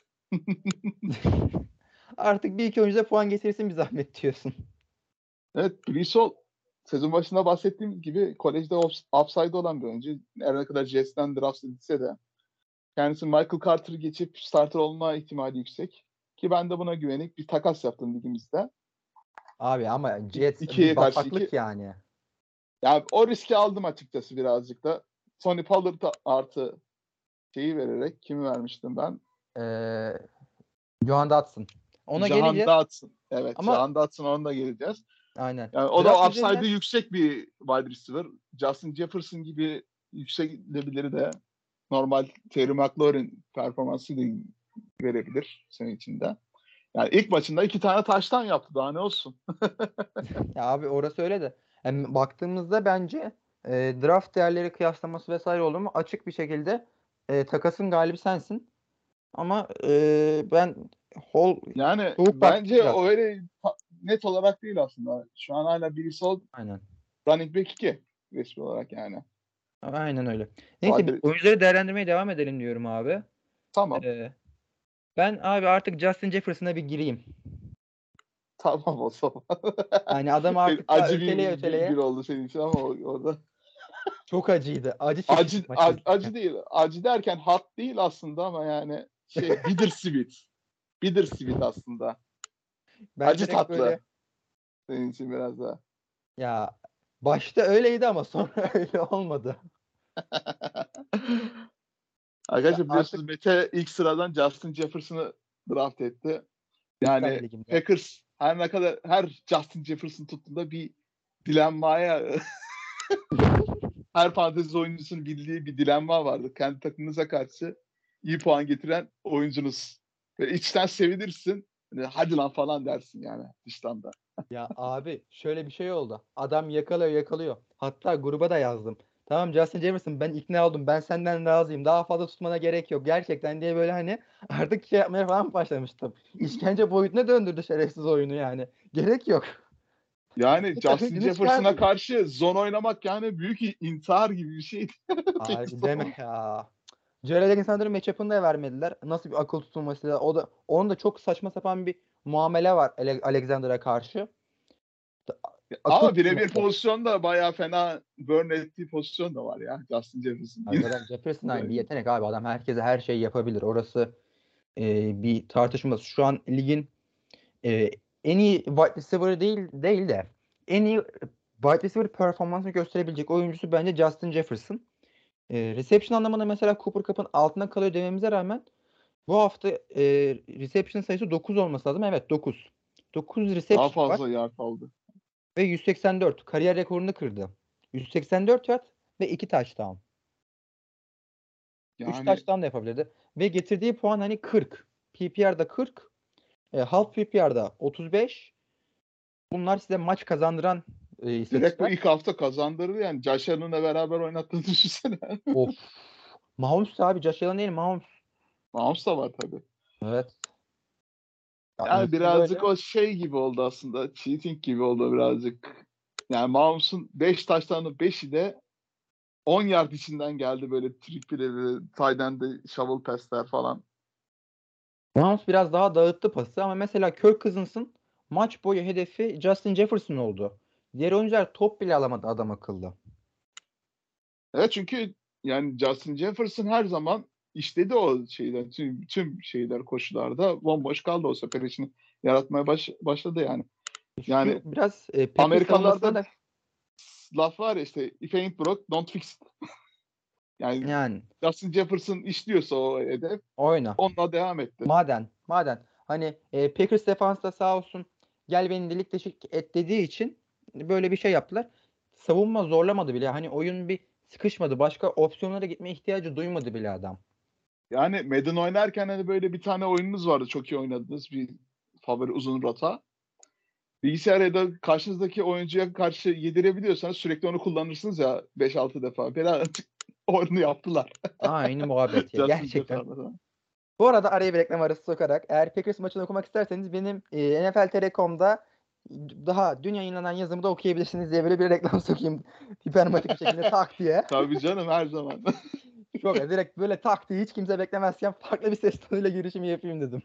Artık bir iki oyuncuda puan getirsin bir zahmet diyorsun. Evet, Breece Hall sezon başında bahsettiğim gibi kolejde off- upside olan bir oyuncu. Her ne kadar Jets'ten draft edilse de kendisi Michael Carter'ı geçip starter olma ihtimali yüksek. Ki ben de buna güvenip bir takas yaptım ligimizde. Abi ama İ- Jets bir İkiye karşı bataklık iki. yani. Yani o riski aldım açıkçası birazcık da. Tony Pollard artı şeyi vererek kimi vermiştim ben? Ee, Johan Dotson. Ona Jahan geleceğiz Dotson. Evet, ama Jahan Dotson onunla geleceğiz. aynen. Yani o Draft da upside'ı üzerinden yüksek bir wide receiver. Justin Jefferson gibi yükselebilir de normal Terry McLaurin performansı da verebilir senin içinde. Yani ilk maçında iki tane taştan yaptı. Daha ne olsun? ya abi orası öyle de. Yani baktığımızda bence e, draft değerleri kıyaslaması vesaire olur mu? Açık bir şekilde e, takasın galibi sensin. Ama e, ben Hall Yani soğuk baktım bence biraz. o öyle ta- net olarak değil aslında. Şu an hala biri sol Aynen. running back iki resmi olarak yani. Aynen öyle. Neyse biz Wide- oyuncuları değerlendirmeye devam edelim diyorum abi. Tamam. E, ben abi artık Justin Jefferson'a bir gireyim. Tamam o zaman. Yani adam Şey, artık daha acı öteleye bir gün, gün öteleye oldu senin için ama o- orada. çok acıydı. Acı Acı, çektik maçı a- izlerken. acı değil. Acı derken hot değil aslında ama yani şey bittersweet. Bittersweet aslında. Ben Acı direkt böyle tatlı. Senin için biraz daha. ya başta öyleydi ama sonra öyle olmadı. Ya Arkadaşlar artık biliyorsunuz Mete ilk sıradan Justin Jefferson'ı draft etti. ilk tane Yani ligimde. Packers her ne kadar her Justin Jefferson tuttuğunda bir dilenmaya her fantezi oyuncusunun bildiği bir dilenma vardı. Kendi takımınıza karşı iyi puan getiren oyuncunuz. Ve içten sevinirsin. Hani, hadi lan falan dersin yani dıştan da. Ya abi şöyle bir şey oldu. Adam yakalıyor yakalıyor. Hatta gruba da yazdım. Tamam Justin Jefferson ben ikna oldum. Ben senden razıyım. Daha fazla tutmana gerek yok. Gerçekten diye böyle hani artık şey yapmaya falan başlamıştım. İşkence boyutuna döndürdü şerefsiz oyunu yani. Gerek yok. Yani Justin Takıntını Jefferson'a çıkardı. karşı zon oynamak yani büyük intihar gibi bir şeydi. Peki Abi deme sonra. ya. Jared Alexander'ın matchup'ını da vermediler. Nasıl bir akıl tutulması da. O da onun da çok saçma sapan bir muamele var Ale- Alexander'a karşı. Akıl Ama birebir tutulması. pozisyon da bayağı fena burn ettiği pozisyon da var ya Justin Jefferson. Ya zaten Jefferson hani bir yetenek abi. Adam herkese her şeyi yapabilir. Orası e, bir tartışması. Şu an ligin e, en iyi wide receiver değil değil de en iyi wide receiver performansını gösterebilecek oyuncusu bence Justin Jefferson. E, reception anlamında mesela Cooper Cup'ın altında kalıyor dememize rağmen bu hafta e, reception sayısı dokuz olması lazım. Evet dokuz. dokuz Daha reception var. fazla yard aldı. ve yüz seksen dört. Kariyer rekorunu kırdı. yüz seksen dört yard ve iki touchdown. üç Yani touchdown da yapabilirdi. Ve getirdiği puan hani kırk. P P R'da kırk. E, half P P R'da otuz beş. Bunlar size maç kazandıran e, direkt bu istatistikler. ilk hafta kazandırdı yani. Josh Allen'la beraber oynattığını düşünsene. Of. Mahomes abi. Josh Allen değil, Mahomes. Mahomes da var tabii. Evet. Ya Yani iyisi birazcık böyle. o şey gibi oldu aslında. Cheating gibi oldu birazcık. Yani Mahomes'un beş taşlarının beşi de on yard içinden geldi böyle tripleri, tight end'de shovel pass'ler falan. Mahomes biraz daha dağıttı pası ama mesela Kirk Cousins'ın maç boyu hedefi Justin Jefferson oldu. Diğer oyuncular top bile alamadı adam akıllı. Evet çünkü yani Justin Jefferson her zaman işledi o şeyler. Tüm, tüm şeyler koşularda bomboş kaldı, o separation yaratmaya baş, başladı yani. Yani Şu biraz e, Packers savunmasına Amerikalılarda da laf var ya işte if ain't broke don't fix it. Yani yani Justin Jefferson işliyorsa o hedef oyna. onunla devam etti. Maden, maden. Hani e, Packers defans da sağ olsun gel beni delik deşik et dediği için böyle bir şey yaptılar. Savunma zorlamadı bile. Hani oyun bir sıkışmadı. Başka opsiyonlara gitme ihtiyacı duymadı bile adam. Yani Madden oynarken hani böyle bir tane oyununuz vardı, çok iyi oynadınız, bir favori uzun rota. Bilgisayar ya da karşınızdaki oyuncuya karşı yedirebiliyorsanız sürekli onu kullanırsınız ya beş altı defa. Birazcık onu yaptılar. Aynı muhabbet ya. Justin Gerçekten. Jefferson'a. Bu arada araya bir reklam arası sokarak eğer Packers maçını okumak isterseniz benim e, N F L nokta T R nokta com'da daha dün yayınlanan yazımı da okuyabilirsiniz diye böyle bir reklam sokayım. Hipermatik bir şekilde tak diye. Tabii canım, her zaman. Çok direkt böyle tak diye hiç kimse beklemezken farklı bir ses tonuyla girişimi yapayım dedim.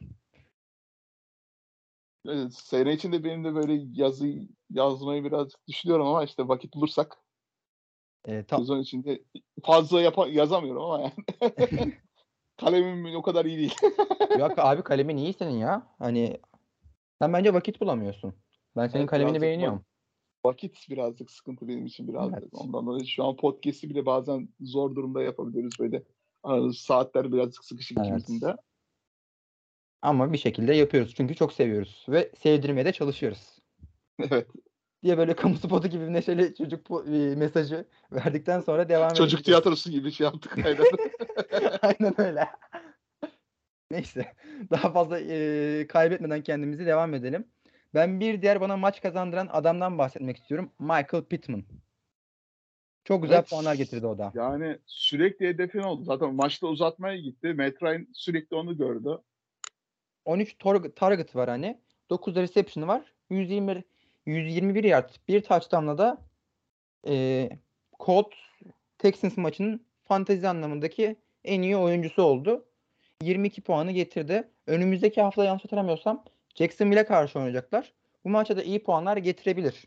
Evet, sene içinde benim de böyle yazı yazmayı birazcık düşünüyorum ama işte vakit bulursak E, ta- sezon içinde fazla yapa- yazamıyorum ama yani. Kalemim o kadar iyi değil. Yok abi kalemin iyi senin ya. Hani sen bence vakit bulamıyorsun. Ben senin Evet, kalemini birazcık va- beğeniyorum. vakit birazcık sıkıntı benim için birazcık. Evet. Ondan dolayı şu an podcast'i bile bazen zor durumda yapabiliyoruz böyle. Aramız saatler birazcık sıkışık ikimizin Evet. de. Ama bir şekilde yapıyoruz. Çünkü çok seviyoruz. Ve sevdirmeye de çalışıyoruz. Evet. Diye böyle kamu spotu gibi bir neşeli çocuk po- e, mesajı verdikten sonra devam Çocuk edebiliriz. tiyatrosu gibi şey yaptık. Aynen. Aynen öyle. Neyse. Daha fazla e, kaybetmeden kendimizi devam edelim. Ben bir diğer bana maç kazandıran adamdan bahsetmek istiyorum. Michael Pittman. Çok güzel Evet. puanlar getirdi o da. Yani sürekli hedefin oldu. Zaten maçta uzatmaya gitti. Matt Ryan sürekli onu gördü. on üç tor- target var hani. dokuz reception var. yüz yirmi yüz yirmi bir yard. Bir touchdown'la da e, Colts Texans maçının fantezi anlamındaki en iyi oyuncusu oldu. yirmi iki puanı getirdi. Önümüzdeki hafta yanlış hatırlamıyorsam Jacksonville'e karşı oynayacaklar. Bu maçta da iyi puanlar getirebilir.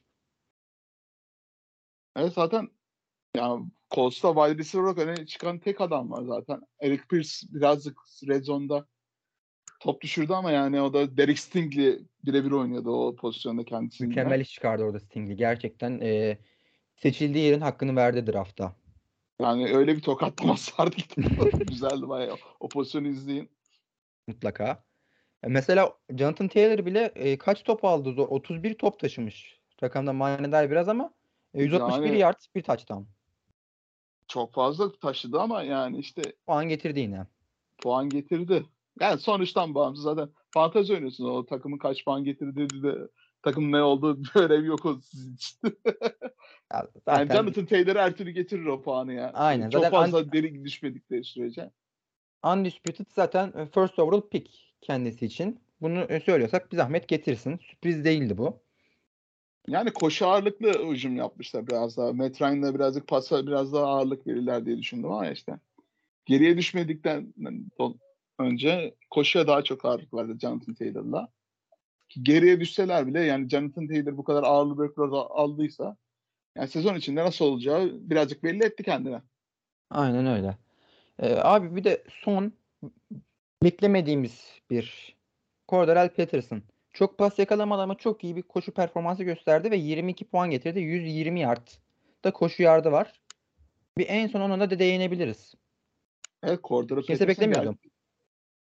Evet zaten ya Colts'ta wide receiver olarak öne çıkan tek adam var zaten. Eric Pierce birazcık red zone'da top düşürdü ama yani o da Derek Stingley birebir oynuyordu o pozisyonda kendisiyle. Mükemmel iş çıkardı orada Stingley. Gerçekten e, seçildiği yerin hakkını verdi draftta. Yani öyle bir tokatlaması vardı ki güzeldi bayağı. O pozisyonu izleyin. Mutlaka. E, Mesela Jonathan Taylor bile e, kaç top aldı? Zor. otuz bir top taşımış. Rakamda manidar biraz ama e, yüz altmış bir Yani yard, bir touchdown. çok fazla taşıdı ama yani işte Puan getirdi yine. puan getirdi. Yani sonuçtan bağımsız zaten fantezi oynuyorsun. O takımın kaç puan getirdiği de takım ne olduğu bir önemi yok o sizin için. Ya Yani zaten Jonathan Taylor her türlü getirir o puanı ya. aynen. Çok Zaten und- fazla deri düşmedikleri sürece. undisputed zaten e, first overall pick kendisi için. Bunu e, söylüyorsak bir zahmet getirsin. Sürpriz değildi bu. Yani koşu ağırlıklı hücum yapmışlar biraz daha. Matt Ryan'la birazcık pasa biraz daha ağırlık verirler diye düşündüm ama işte. Geriye düşmedikten önce koşuya daha çok ağırlık verdi Jonathan Taylor'la. Geriye düşseler bile yani Jonathan Taylor bu kadar ağırlı bölükler aldıysa yani sezon içinde nasıl olacağı birazcık belli etti kendine. Aynen öyle. E, abi bir de son beklemediğimiz bir Cordarrelle Patterson. Çok pas yakalamadı ama çok iyi bir koşu performansı gösterdi ve yirmi iki puan getirdi. yüz yirmi yard da koşu yardı var. Bir en son ona da değinebiliriz. Evet, Cordero Kimse Patterson beklemiyordu. geldi.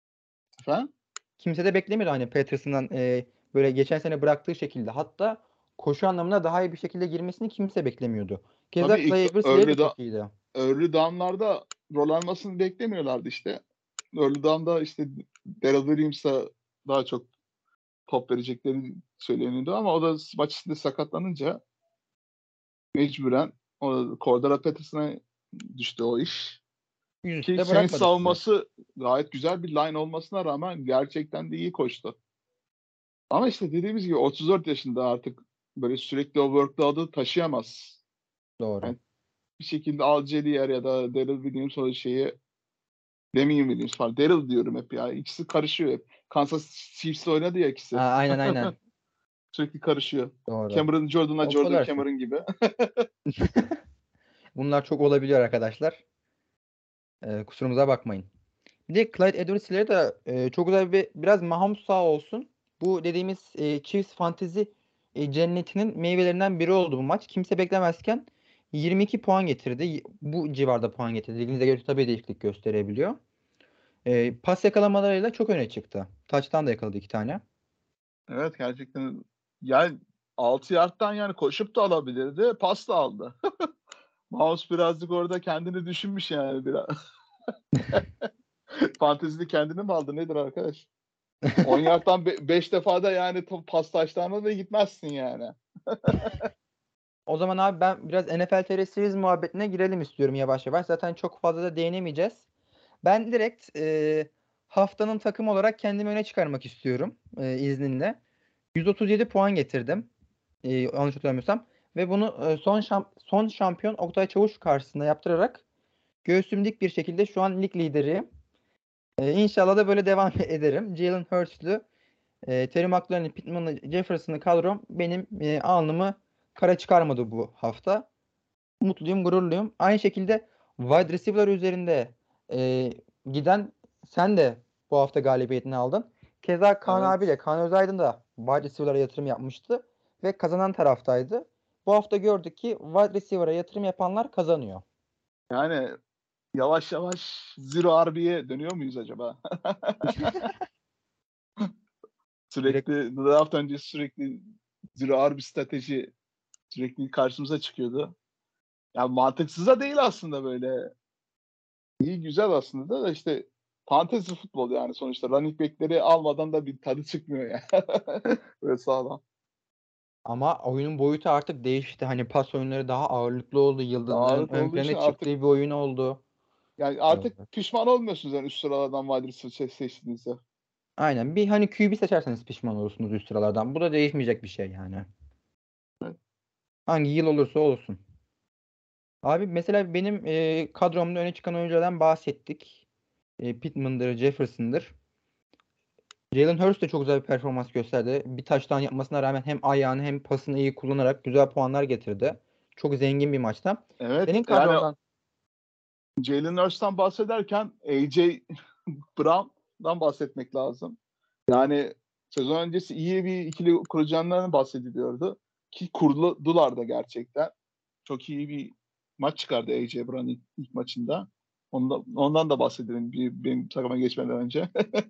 Efendim? Kimse de beklemiyordu hani Patterson'dan e, böyle geçen sene bıraktığı şekilde. Hatta koşu anlamında daha iyi bir şekilde girmesini kimse beklemiyordu. Keza Tabii ilk Clyde Edwards-Helaire de early, da, çok iyiydi. early down'larda rol almasını beklemiyorlardı işte. Early down'da işte Daryl Williams'a daha çok top verecekleri söyleniyordu ama o da maç içinde sakatlanınca mecburen o Cordero Patterson'a düştü o iş. Ki Yüzüstü Saints bırakmadı sizi. savunması gayet güzel bir line olmasına rağmen gerçekten de iyi koştu. Ama işte dediğimiz gibi otuz dört yaşında artık böyle sürekli o workload'u taşıyamaz. Doğru. Yani bir şekilde Al Jelier ya da Daryl Williams o şeyi Damian Williams falan. Daryl diyorum hep ya. İkisi karışıyor hep. Kansas Chiefs'te oynadı ya ikisi. Ha, aynen aynen. Sürekli karışıyor. Doğru. Cameron Jordan'la Jordan Affedersin. Cameron gibi. Bunlar çok olabiliyor arkadaşlar. Ee, kusurumuza bakmayın. Bir de Clyde Edwards-Helaire de e, çok güzel bir biraz Mahomes sağ olsun. Bu dediğimiz e, Chiefs fantezi e, cennetinin meyvelerinden biri oldu bu maç. Kimse beklemezken yirmi iki puan getirdi. Y- Bu civarda puan getirdi. Liginize göre tabii değişiklik gösterebiliyor. E, pas yakalamalarıyla çok öne çıktı. Touchdown da yakaladı iki tane. Evet gerçekten. Yani altı yardtan yani koşup da alabilirdi. Pas da aldı. Mahomes birazcık orada kendini düşünmüş yani biraz. Fantezide kendini mi aldı nedir arkadaş? on yardtan beş defa da yani top- pas taşlarına da gitmezsin yani. O zaman abi ben biraz N F L T R Series muhabbetine girelim istiyorum yavaş yavaş. Zaten çok fazla da değinemeyeceğiz. Ben direkt e, haftanın takım olarak kendimi öne çıkarmak istiyorum e, izninle. yüz otuz yedi puan getirdim. E, yanlış hatırlamıyorsam. Ve bunu e, son şam- son şampiyon Oktay Çavuş karşısında yaptırarak göğsüm dik bir şekilde şu an lig lideriyim. E, İnşallah da böyle devam ederim. Jalen Hurts'lü, e, Terry McLaurin'li, Pittman'lı, Jefferson'lı kadrom benim e, alnımı kara çıkarmadı bu hafta. Mutluyum, gururluyum. Aynı şekilde wide receiver üzerinde e, giden sen de bu hafta galibiyetini aldın. Keza Kaan Evet. abiyle Kaan Özaydın da wide receiver'lara yatırım yapmıştı ve kazanan taraftaydı. Bu hafta gördük ki wide receiver'a yatırım yapanlar kazanıyor. Yani yavaş yavaş Zero R B'ye dönüyor muyuz acaba? Direkt Sürekli draft öncesi sürekli Zero R B strateji sürekli karşımıza çıkıyordu. Yani mantıksız da değil aslında böyle. İyi güzel aslında da işte fantezi futbol yani sonuçta running back'leri almadan da bir tadı çıkmıyor yani. Böyle sağlam. ama oyunun boyutu artık değişti. Hani pas oyunları daha ağırlıklı oldu. Yıldızların Ağırlık ön olduğu için plana artık çıktığı bir oyun oldu. yani Evet. artık pişman olmuyorsunuz yani üst sıralardan wide receiver seçtiğinizde. Aynen. Bir hani Q B seçerseniz pişman olursunuz üst sıralardan. Bu da değişmeyecek bir şey yani. Evet. Hangi yıl olursa olsun. Abi mesela benim e, kadromda öne çıkan oyunculardan bahsettik. E, Pittman'dır, Jefferson'dır. Jalen Hurts de çok güzel bir performans gösterdi. Bir taştan yapmasına rağmen hem ayağını hem pasını iyi kullanarak güzel puanlar getirdi. Çok zengin bir maçta. Evet Senin yani kadrondan Jalen Hurts'tan bahsederken A J Brown'dan bahsetmek lazım. Yani sezon öncesi iyi bir ikili kuracağından bahsediliyordu. Ki kurdular da gerçekten. Çok iyi bir maç çıkardı A J Brown ilk, ilk maçında. Ondan, ondan da bahsedelim bir, benim takıma geçmeden önce.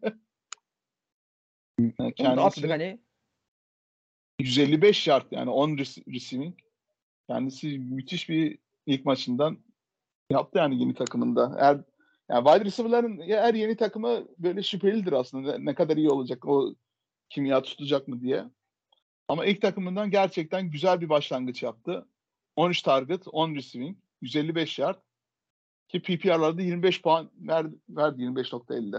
Yani onu da atladık kendisi hani. yüz elli beş yard yani on receiving. Kendisi müthiş bir ilk maçından yaptı yani yeni takımında. Eğer yani wide receiver'ların her yeni takımı böyle şüphelidir aslında. Ne kadar iyi olacak, o kimya tutacak mı diye. Ama ilk takımından gerçekten güzel bir başlangıç yaptı. on üç target, on receiving, yüz elli beş yard. Ki P P R'larda yirmi beş puan verdi, verdi yirmi beş nokta elli.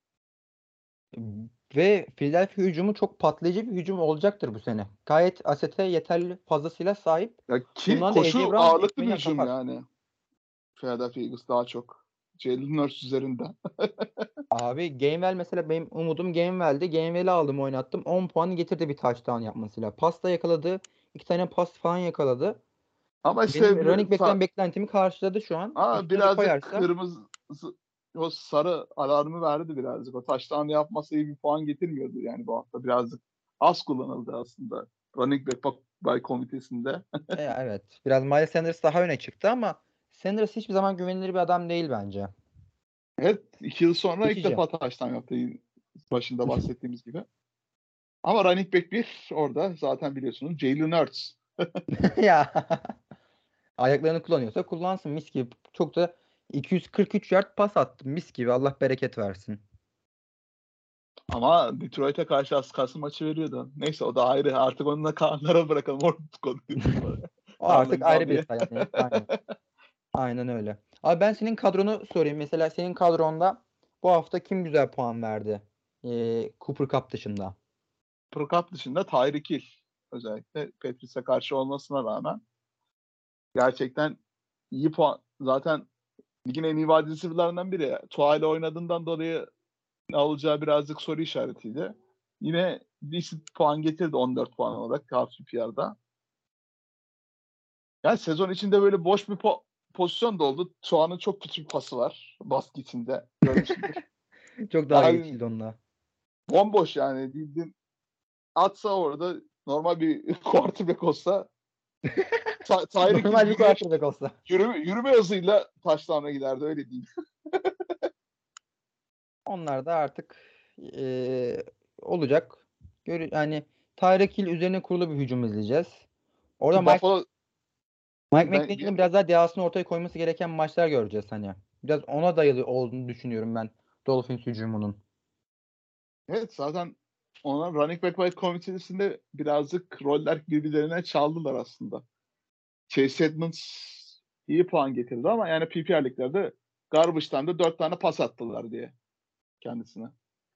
Ve Philadelphia hücumu çok patlayıcı bir hücum olacaktır bu sene. Gayet asete yeterli fazlasıyla sahip. Ya ki Bundan da A J koşu Brown ağırlıklı bir ekmeğini hücum kapar. yani. Philadelphia Eagles daha çok. Jalen Hurts üzerinde. Abi Gainwell mesela benim umudum Gainwell'di. Gainwell'i aldım oynattım. on puan getirdi bir touchdown yapmasıyla. Pas da yakaladı. İki tane pas falan yakaladı. Ama Benim işte bir, running back'ten sa- beklentimi karşıladı şu an. Aa, Üstüne de birazcık koyarsa kırmızı o sarı alarmı verdi birazcık. O taştan yapması iyi bir puan getirmiyordu yani bu hafta. Birazcık az kullanıldı aslında. Running back by komitesinde. e, evet. Biraz Miles Sanders daha öne çıktı ama Sanders hiçbir zaman güvenilir bir adam değil bence. Evet iki yıl sonra ilk Geçici. defa taştan yaptı başında bahsettiğimiz gibi. Ama running back bir orada zaten biliyorsunuz Jalen Hurts. Ya ayaklarını kullanıyorsa kullansın mis gibi. Çok da iki yüz kırk üç yard pas attı mis gibi. Allah bereket versin. Ama Detroit'e karşı az kalsın maçı veriyordu. Neyse o da ayrı. Artık onunla Kaanlara bırakalım. Orada konuyu. O Kaan'la artık ayrı bir Ünal hikaye. Yani. Aynen. Aynen öyle. Abi ben senin kadronu sorayım. Mesela senin kadronda bu hafta kim güzel puan verdi? Ee, Cooper Kupp dışında. Pro Cup dışında Tyreek Hill özellikle Patriots'a karşı olmasına rağmen gerçekten iyi puan. Zaten ligin en iyi wide receiver'larından biri. Tua ile oynadığından dolayı ne olacağı birazcık soru işaretiydi. Yine decent puan getirdi on dört puan olarak half P P R'da. Yani sezon içinde böyle boş bir po- pozisyon da oldu. Tua'nın çok kötü bir pası var. Basketinde görmüşsündür. Çok dalga Yani geçildi onunla. bomboş yani. Bildiğin atsa orada normal bir quarterback olsa Ta- Tyreek Hill Normal bir yürüye, quarterback olsa. yürüme, yürüme hızıyla touchdown'a giderdi öyle değil. Onlar da artık eee, olacak. Gör yani Tyreek Hill üzerine kurulu bir hücum izleyeceğiz. Orada Ki Mike, Buffalo Mike ben, McDaniel'in biraz daha dehasını ortaya koyması gereken maçlar göreceğiz hani. Biraz ona dayalı olduğunu düşünüyorum ben Dolphins hücumunun. evet zaten ona running back by komitesinde birazcık roller birbirlerine çaldılar aslında. Chase Edmonds iyi puan getirdi ama yani P P R liglerde garbage'dan da dört tane pas attılar diye kendisine.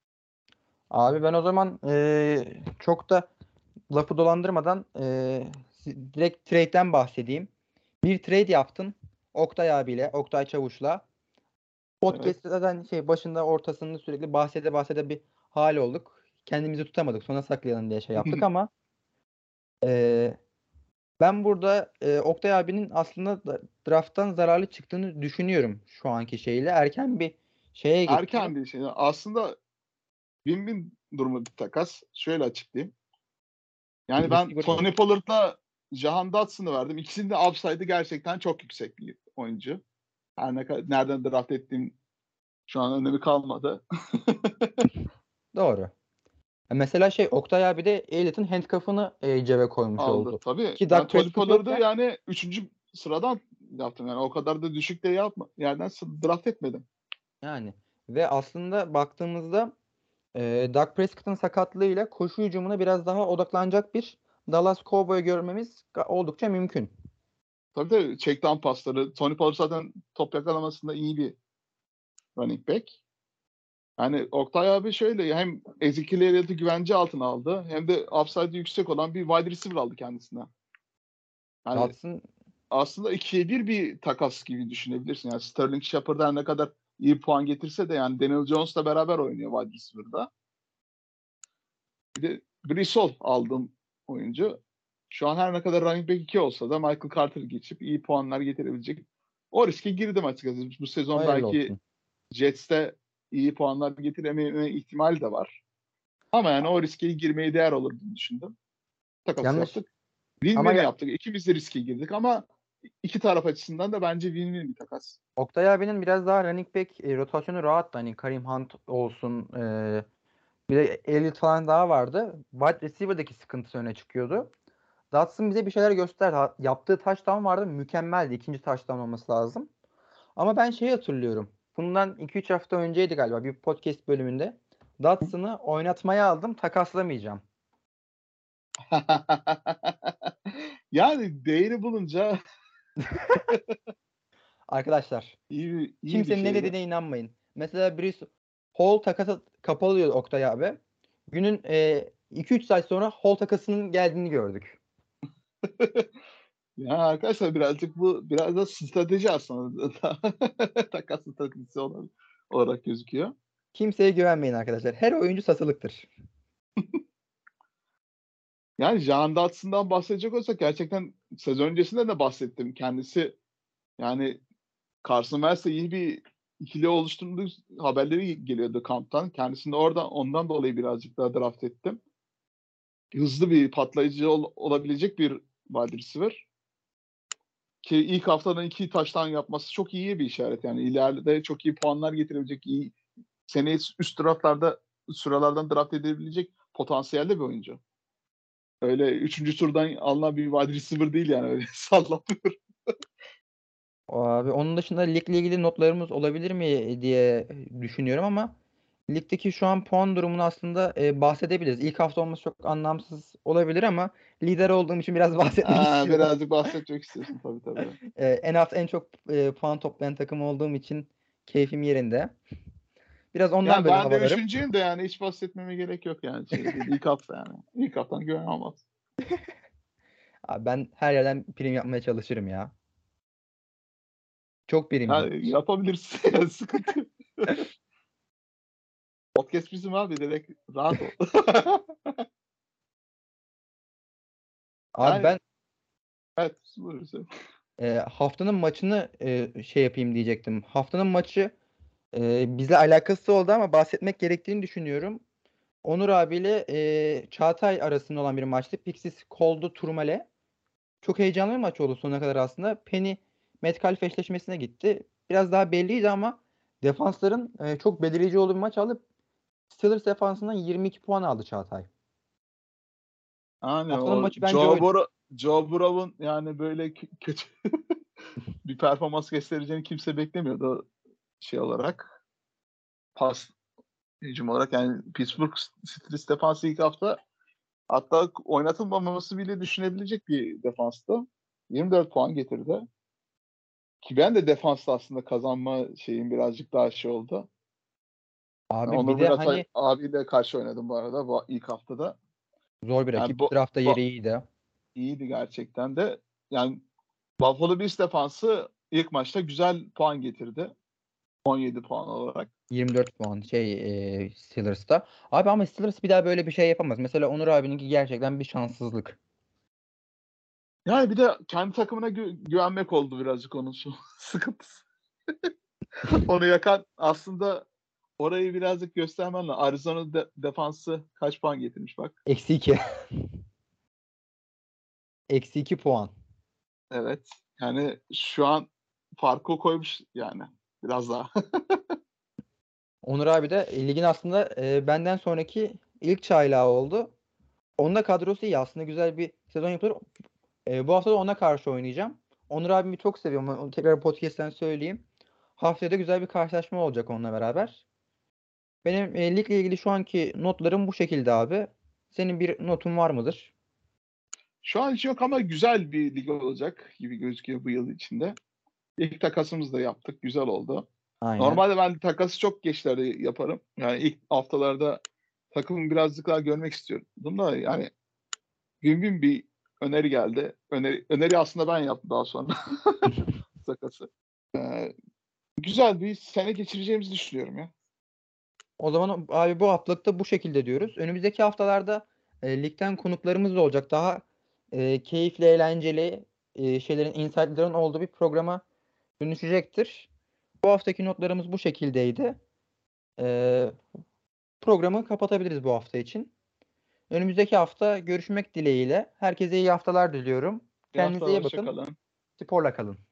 Abi ben o zaman eee, çok da lafı dolandırmadan eee, si- direkt trade'den bahsedeyim. Bir trade yaptın Oktay abiyle, Oktay Çavuş'la. Evet. Podcast'te zaten şey başında ortasında sürekli bahsede bahsede bir hal olduk. Kendimizi tutamadık. Sona saklayalım diye şey yaptık ama eee, ben burada eee, Oktay abinin aslında da- draft'tan zararlı çıktığını düşünüyorum şu anki şeyle. Erken bir şeye gitti. Erken bir şey. Aslında win-win durumu bir takas. Şöyle açıklayayım. Yani ben Receiver yok. Tony Pollard'la Jahan Dotson'ı verdim. İkisinin de upside'ı gerçekten çok yüksek bir oyuncu. Her ne kadar nereden draft ettiğim şu an önemi kalmadı. Doğru. E, Mesela şey Oktay abi de Elliot'ın handcuff'ını e, cebe koymuş Aldı. oldu. Tabii Ki ben Dak Tony Prescott Pollard'ı yokken yani üçüncü sıradan yaptım. Yani o kadar da düşük de yapma. Yerden s- draft etmedim. yani ve aslında baktığımızda e, Dak Prescott'ın sakatlığıyla koşu hücumuna biraz daha odaklanacak bir Dallas Cowboy görmemiz ga- oldukça mümkün. Tabii de check down pasları. Tony Pollard zaten top yakalamasında iyi bir running back. Yani Oktay abi şöyle hem Ezekiel Elliott'ı güvence altına aldı hem de upside'ı yüksek olan bir wide receiver aldı kendisine. Yani Dotson aslında ikiye bir bir takas gibi düşünebilirsin. Yani Sterling Shepard her ne kadar iyi puan getirse de yani Daniel Jones'la beraber oynuyor wide receiver'da. Bir de Brissol aldığım oyuncu. Şu an her ne kadar running back iki olsa da Michael Carter geçip iyi puanlar getirebilecek. O riske girdim açıkçası. Bu sezon hayırlı belki olsun. Jets'te iyi puanlar getirememe ihtimali de var. Ama yani o riske girmeye değer olur diye düşündüm. Takas Yanlış yaptık. ama Win-win ya, yaptık. İkimiz de riske girdik ama iki taraf açısından da bence win-win bir takas. Oktay abinin biraz daha running back e, rotasyonu rahattı. Hani Kareem Hunt olsun e, bir de Elliott falan daha vardı. Wide receiver'daki sıkıntısı öne çıkıyordu. Dotson bize bir şeyler gösterdi. Ha- Yaptığı touchdown vardı. Mükemmeldi. İkinci touchdown olması lazım. Ama ben şeyi hatırlıyorum. Bundan iki üç hafta önceydi galiba bir podcast bölümünde. Dotson'ı oynatmaya aldım. Takaslamayacağım. Yani değeri bulunca Arkadaşlar iyi, iyi bir kimsenin ne şeydi. dediğine inanmayın. Mesela birisi Hall takası kapalı diyor Oktay abi. Günün e, iki üç saat sonra Hall takasının geldiğini gördük. Ya arkadaşlar birazcık bu biraz da strateji aslında. Takas stratejisi olarak, olarak gözüküyor. Kimseye güvenmeyin arkadaşlar. Her oyuncu satılıktır. Yani Jean Dotson'dan bahsedecek olsak gerçekten sezon öncesinde de bahsettim. Kendisi yani Carson Wentz'le iyi bir ikili oluşturduğu haberleri geliyordu kamptan. Kendisini oradan ondan dolayı birazcık daha draft ettim. Hızlı bir patlayıcı ol, olabilecek bir wide receiver. Ki ilk haftadan iki taştan yapması çok iyi bir işaret. Yani ileride çok iyi puanlar getirebilecek, iyi seneye üst draftlarda sıralardan draft edebilecek potansiyelde bir oyuncu. Öyle üçüncü turdan alınan bir wide receiver değil yani öyle sallamıyorum. Abi onun dışında ligle ilgili notlarımız olabilir mi diye düşünüyorum ama ligdeki şu an puan durumunu aslında e, bahsedebiliriz. İlk hafta olması çok anlamsız olabilir ama lider olduğum için biraz bahsetmek Ha, istiyorum. birazcık bahsetmek istiyorsun tabii tabii. E, en hafta en çok e, puan toplayan takım olduğum için keyfim yerinde. Biraz ondan Yani böyle ben de havalarım. üçüncüyüm de yani hiç bahsetmeme gerek yok yani. Şey değil, ilk hafta yani. İlk haftadan güven olmaz. Abi ben her yerden prim yapmaya çalışırım ya. Çok primciyim. Yani yapabilirsin yani sıkıntı yok. Podcast bizim abi direkt rahat ol. Abi Yani ben evet buyurun söyle. e, haftanın maçını e, şey yapayım diyecektim. Haftanın maçı e, bizle alakası oldu ama bahsetmek gerektiğini düşünüyorum. Onur abiyle e, Çağatay arasında olan bir maçtı. Pixies Cold'u Turmal'e. Çok heyecanlı bir maç oldu sonuna kadar aslında. Penny Metcalf eşleşmesine gitti. Biraz daha belliydi ama defansların e, çok belirleyici olduğu bir maç alıp Steelers defansından yirmi iki puan aldı Çağatay. Yani Haftanın o maçı bence Joe, oydu. Bura, Joe Burrow'un yani böyle kö- kötü bir performans göstereceğini kimse beklemiyordu şey olarak. Pas hücum olarak yani Pittsburgh Steelers defansı ilk hafta hatta oynatılmaması bile düşünebilecek bir defanstı. yirmi dört puan getirdi. Ki ben de defansta aslında kazanma şeyim birazcık daha şey oldu. Abi bir Onur de Muratay hani abiyle karşı oynadım bu arada bu ilk haftada. zor bir Yani rakip. bu, Draftta bu yeri iyiydi. iyiydi gerçekten de. Yani Buffalo Bills defansı ilk maçta güzel puan getirdi. on yedi puan olarak. yirmi dört puan şey e, Steelers'ta. Abi ama Steelers bir daha böyle bir şey yapamaz. Mesela Onur abininki gerçekten bir şanssızlık. Yani bir de kendi takımına gü- güvenmek oldu birazcık onun şu sıkıntısı. Onu yakan aslında orayı birazcık göstermen lazım. Arizona de- defansı kaç puan getirmiş bak. Eksi iki. Eksi iki puan. Evet. Yani şu an farkı koymuş yani biraz daha. Onur abi de e, ligin aslında e, benden sonraki ilk çaylağı oldu. Onun da kadrosu iyi. Aslında güzel bir sezon yapılır. E, bu hafta da ona karşı oynayacağım. Onur abimi çok seviyorum. Onu tekrar podcast'ten söyleyeyim. Haftaya da güzel bir karşılaşma olacak onunla beraber. Benim e, ligle ilgili şu anki notlarım bu şekilde abi. Senin bir notun var mıdır? Şu an hiç yok ama güzel bir lig olacak gibi gözüküyor bu yıl içinde. İlk takasımızı da yaptık. Güzel oldu. Aynen. Normalde ben takası çok geçlerde yaparım. Yani ilk haftalarda takımı birazcık daha görmek istiyordum da yani win-win bir öneri geldi. Öneri, öneri aslında ben yaptım daha sonra takası. Ee, güzel bir sene geçireceğimizi düşünüyorum ya. O zaman abi bu haftalıkta bu şekilde diyoruz. Önümüzdeki haftalarda e, ligden konuklarımız da olacak. Daha e, keyifli, eğlenceli e, şeylerin, insight'ların olduğu bir programa dönüşecektir. Bu haftaki notlarımız bu şekildeydi. E, programı kapatabiliriz bu hafta için. Önümüzdeki hafta görüşmek dileğiyle. Herkese iyi haftalar diliyorum. Bir Kendinize hafta iyi hoşça bakın. kalın. Sporla kalın.